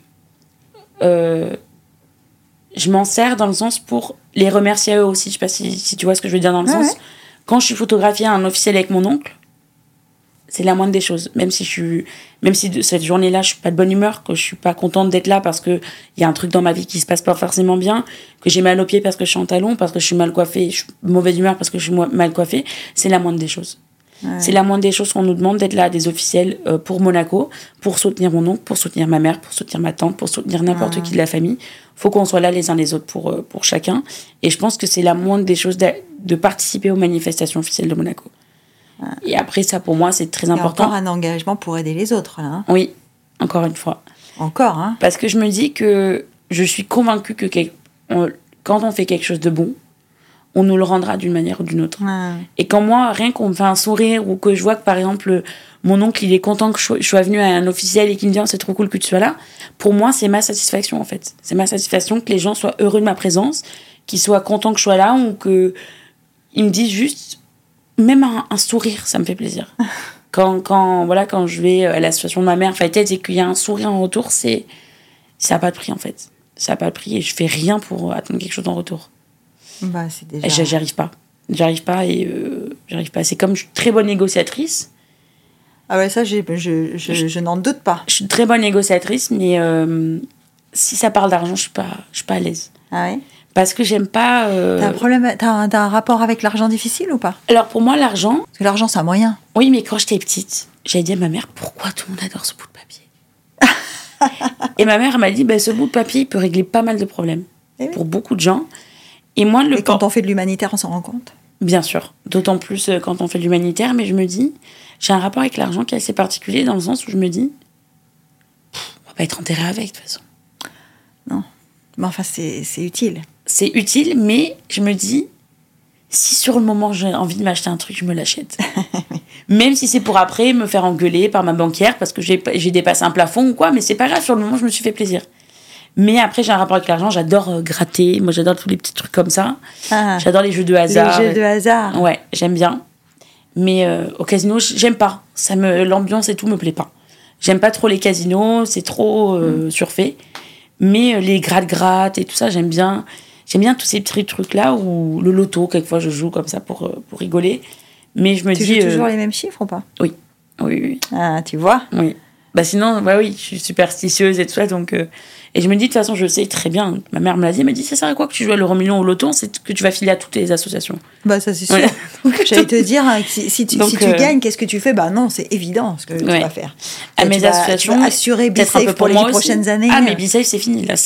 je m'en sers dans le sens pour les remercier à eux aussi. Je sais pas si tu vois ce que je veux dire dans le sens. Quand je suis photographiée à un officiel avec mon oncle, c'est la moindre des choses. Même si de cette journée-là, je suis pas de bonne humeur, que je suis pas contente d'être là parce que il y a un truc dans ma vie qui se passe pas forcément bien, que j'ai mal aux pieds parce que je suis en talons, parce que je suis mal coiffée, je suis mauvaise humeur parce que je suis mal coiffée, c'est la moindre des choses. Ouais. C'est la moindre des choses qu'on nous demande d'être là à des officiels pour Monaco, pour soutenir mon oncle, pour soutenir ma mère, pour soutenir ma tante, pour soutenir n'importe qui de la famille. Faut qu'on soit là les uns les autres pour chacun. Et je pense que c'est la moindre des choses de participer aux manifestations officielles de Monaco. Ouais. Et après, ça, pour moi, c'est très important. Encore un engagement pour aider les autres, là. Hein. Oui, encore une fois. Encore, hein. Parce que je me dis que je suis convaincue que quand on fait quelque chose de bon, on nous le rendra d'une manière ou d'une autre. Ouais. Et quand moi, rien qu'on me fait un sourire ou que je vois que, par exemple, mon oncle, il est content que je sois venue à un officiel et qu'il me dit « c'est trop cool que tu sois là », pour moi, c'est ma satisfaction, en fait. C'est ma satisfaction que les gens soient heureux de ma présence, qu'ils soient contents que je sois là ou qu'ils me disent juste, même un sourire, ça me fait plaisir. Quand je vais à l'association de ma mère, et qu'il y a un sourire en retour, ça n'a pas de prix, en fait. Ça n'a pas de prix et je fais rien pour attendre quelque chose en retour. Bah, c'est déjà... J'arrive pas. J'arrive pas. C'est comme je suis très bonne négociatrice. Ah ouais, ça, je n'en doute pas. Je suis très bonne négociatrice, mais si ça parle d'argent, je suis pas à l'aise. Ah ouais? Parce que j'aime pas... T'as un rapport avec l'argent difficile ou pas? Alors, pour moi, l'argent... Parce que l'argent, c'est un moyen. Oui, mais quand j'étais petite, j'avais dit à ma mère, pourquoi tout le monde adore ce bout de papier? Et ma mère m'a dit, ce bout de papier, il peut régler pas mal de problèmes. Pour beaucoup de gens. Et moi, quand on fait de l'humanitaire, on s'en rend compte? Bien sûr. D'autant plus quand on fait de l'humanitaire. Mais je me dis, j'ai un rapport avec l'argent qui est assez particulier dans le sens où je me dis, on va pas être enterré avec, de toute façon. Non. Mais enfin, c'est utile. C'est utile, mais je me dis, si sur le moment j'ai envie de m'acheter un truc, je me l'achète. Même si c'est pour après me faire engueuler par ma banquière parce que j'ai dépassé un plafond ou quoi, mais c'est pas grave, sur le moment, je me suis fait plaisir. Mais après, j'ai un rapport avec l'argent, j'adore gratter, moi j'adore tous les petits trucs comme ça. Ah, j'adore les jeux de hasard. Les jeux de hasard. Ouais, j'aime bien. Mais au casino, j'aime pas. L'ambiance et tout me plaît pas. J'aime pas trop les casinos, c'est trop surfait. Mais les gratte-gratte et tout ça, j'aime bien. J'aime bien tous ces petits trucs-là, ou le loto, quelquefois je joue comme ça pour rigoler. Mais je me dis... Tu joues toujours les mêmes chiffres ou pas? Oui. Oui. Ah, tu vois? Oui. Sinon, oui, je suis superstitieuse et tout ça, donc... Et je me dis, de toute façon, je sais très bien, ma mère me l'a dit, elle m'a dit, ça sert à quoi que tu joues à l'euro-million ou au loto? C'est que tu vas filer à toutes les associations. Ça c'est sûr. Ouais. J'allais te dire, si tu gagnes, qu'est-ce que tu fais? Non, c'est évident ce que tu vas faire. À mes associations, tu vas assurer BeSafe pour les 10 prochaines années. Ah, mais BeSafe, c'est fini, là.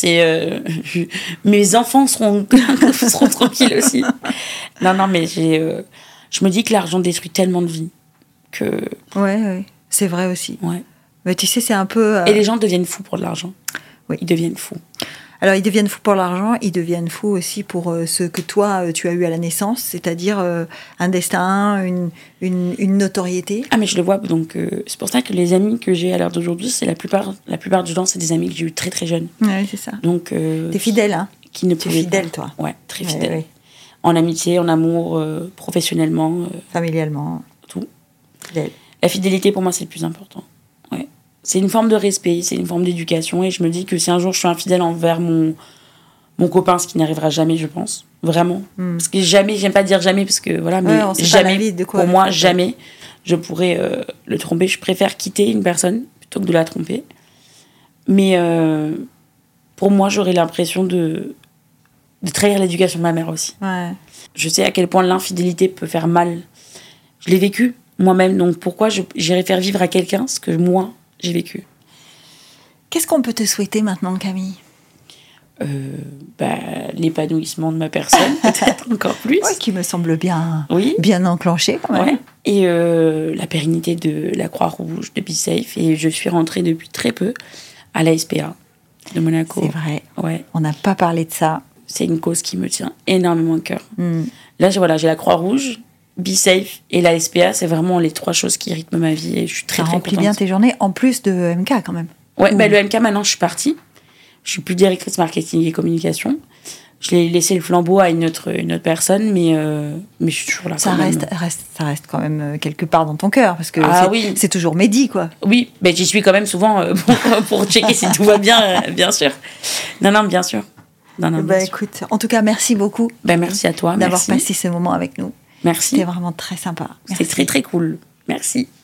Mes enfants seront tranquilles aussi. Non, mais je me dis que l'argent détruit tellement de vies que... Ouais, c'est vrai aussi. Ouais. Mais tu sais, c'est un peu... Et les gens deviennent fous pour de l'argent. Oui. Ils deviennent fous. Alors, ils deviennent fous pour l'argent, ils deviennent fous aussi pour ce que toi, tu as eu à la naissance, c'est-à-dire un destin, une notoriété. Ah, mais je le vois, donc c'est pour ça que les amis que j'ai à l'heure d'aujourd'hui, c'est la plupart du temps, c'est des amis que j'ai eu très très jeunes. Oui, c'est ça. Donc, t'es fidèle, hein? Qui ne pouvaient pas. Fidèle, toi? Ouais, très fidèle. Ouais. En amitié, en amour, professionnellement. Familialement. Tout. Fidèle. La fidélité, pour moi, c'est le plus important. Ouais. C'est une forme de respect, c'est une forme d'éducation, et je me dis que si un jour je suis infidèle envers mon copain, ce qui n'arrivera jamais, je pense, vraiment. Parce que jamais, j'aime pas dire jamais, parce que voilà, mais jamais, pour moi, jamais, je pourrais le tromper. Je préfère quitter une personne plutôt que de la tromper. Mais pour moi, j'aurais l'impression de trahir l'éducation de ma mère aussi. Ouais. Je sais à quel point l'infidélité peut faire mal. Je l'ai vécu moi-même, donc pourquoi j'irais faire vivre à quelqu'un ce que moi, j'ai vécu. Qu'est-ce qu'on peut te souhaiter maintenant, Camille? l'épanouissement de ma personne, peut-être encore plus. Ouais, qui me semble bien, Oui. bien enclenché quand même. Ouais. Et la pérennité de la Croix-Rouge, de BeSafe. Et je suis rentrée depuis très peu à la SPA de Monaco. C'est vrai. Ouais. On n'a pas parlé de ça. C'est une cause qui me tient énormément à cœur. Là, j'ai la Croix-Rouge, BeSafe et la SPA. C'est vraiment les 3 choses qui rythment ma vie. Et je suis très, très contente. Ça remplit bien tes journées, en plus de MK quand même. Ouais, le MK, maintenant, je suis partie. Je suis plus directrice marketing et communication. Je l'ai laissé le flambeau à une autre personne, mais je suis toujours là. Ça reste quand même quelque part dans ton cœur, parce que c'est toujours Mehdi, quoi. Oui, j'y suis quand même souvent pour checker si tout va bien, bien sûr. Non, bien sûr. Écoute, en tout cas, merci beaucoup. Merci à toi. D'avoir passé ce moment avec nous. Merci. C'était vraiment très sympa. C'était très, très cool. Merci.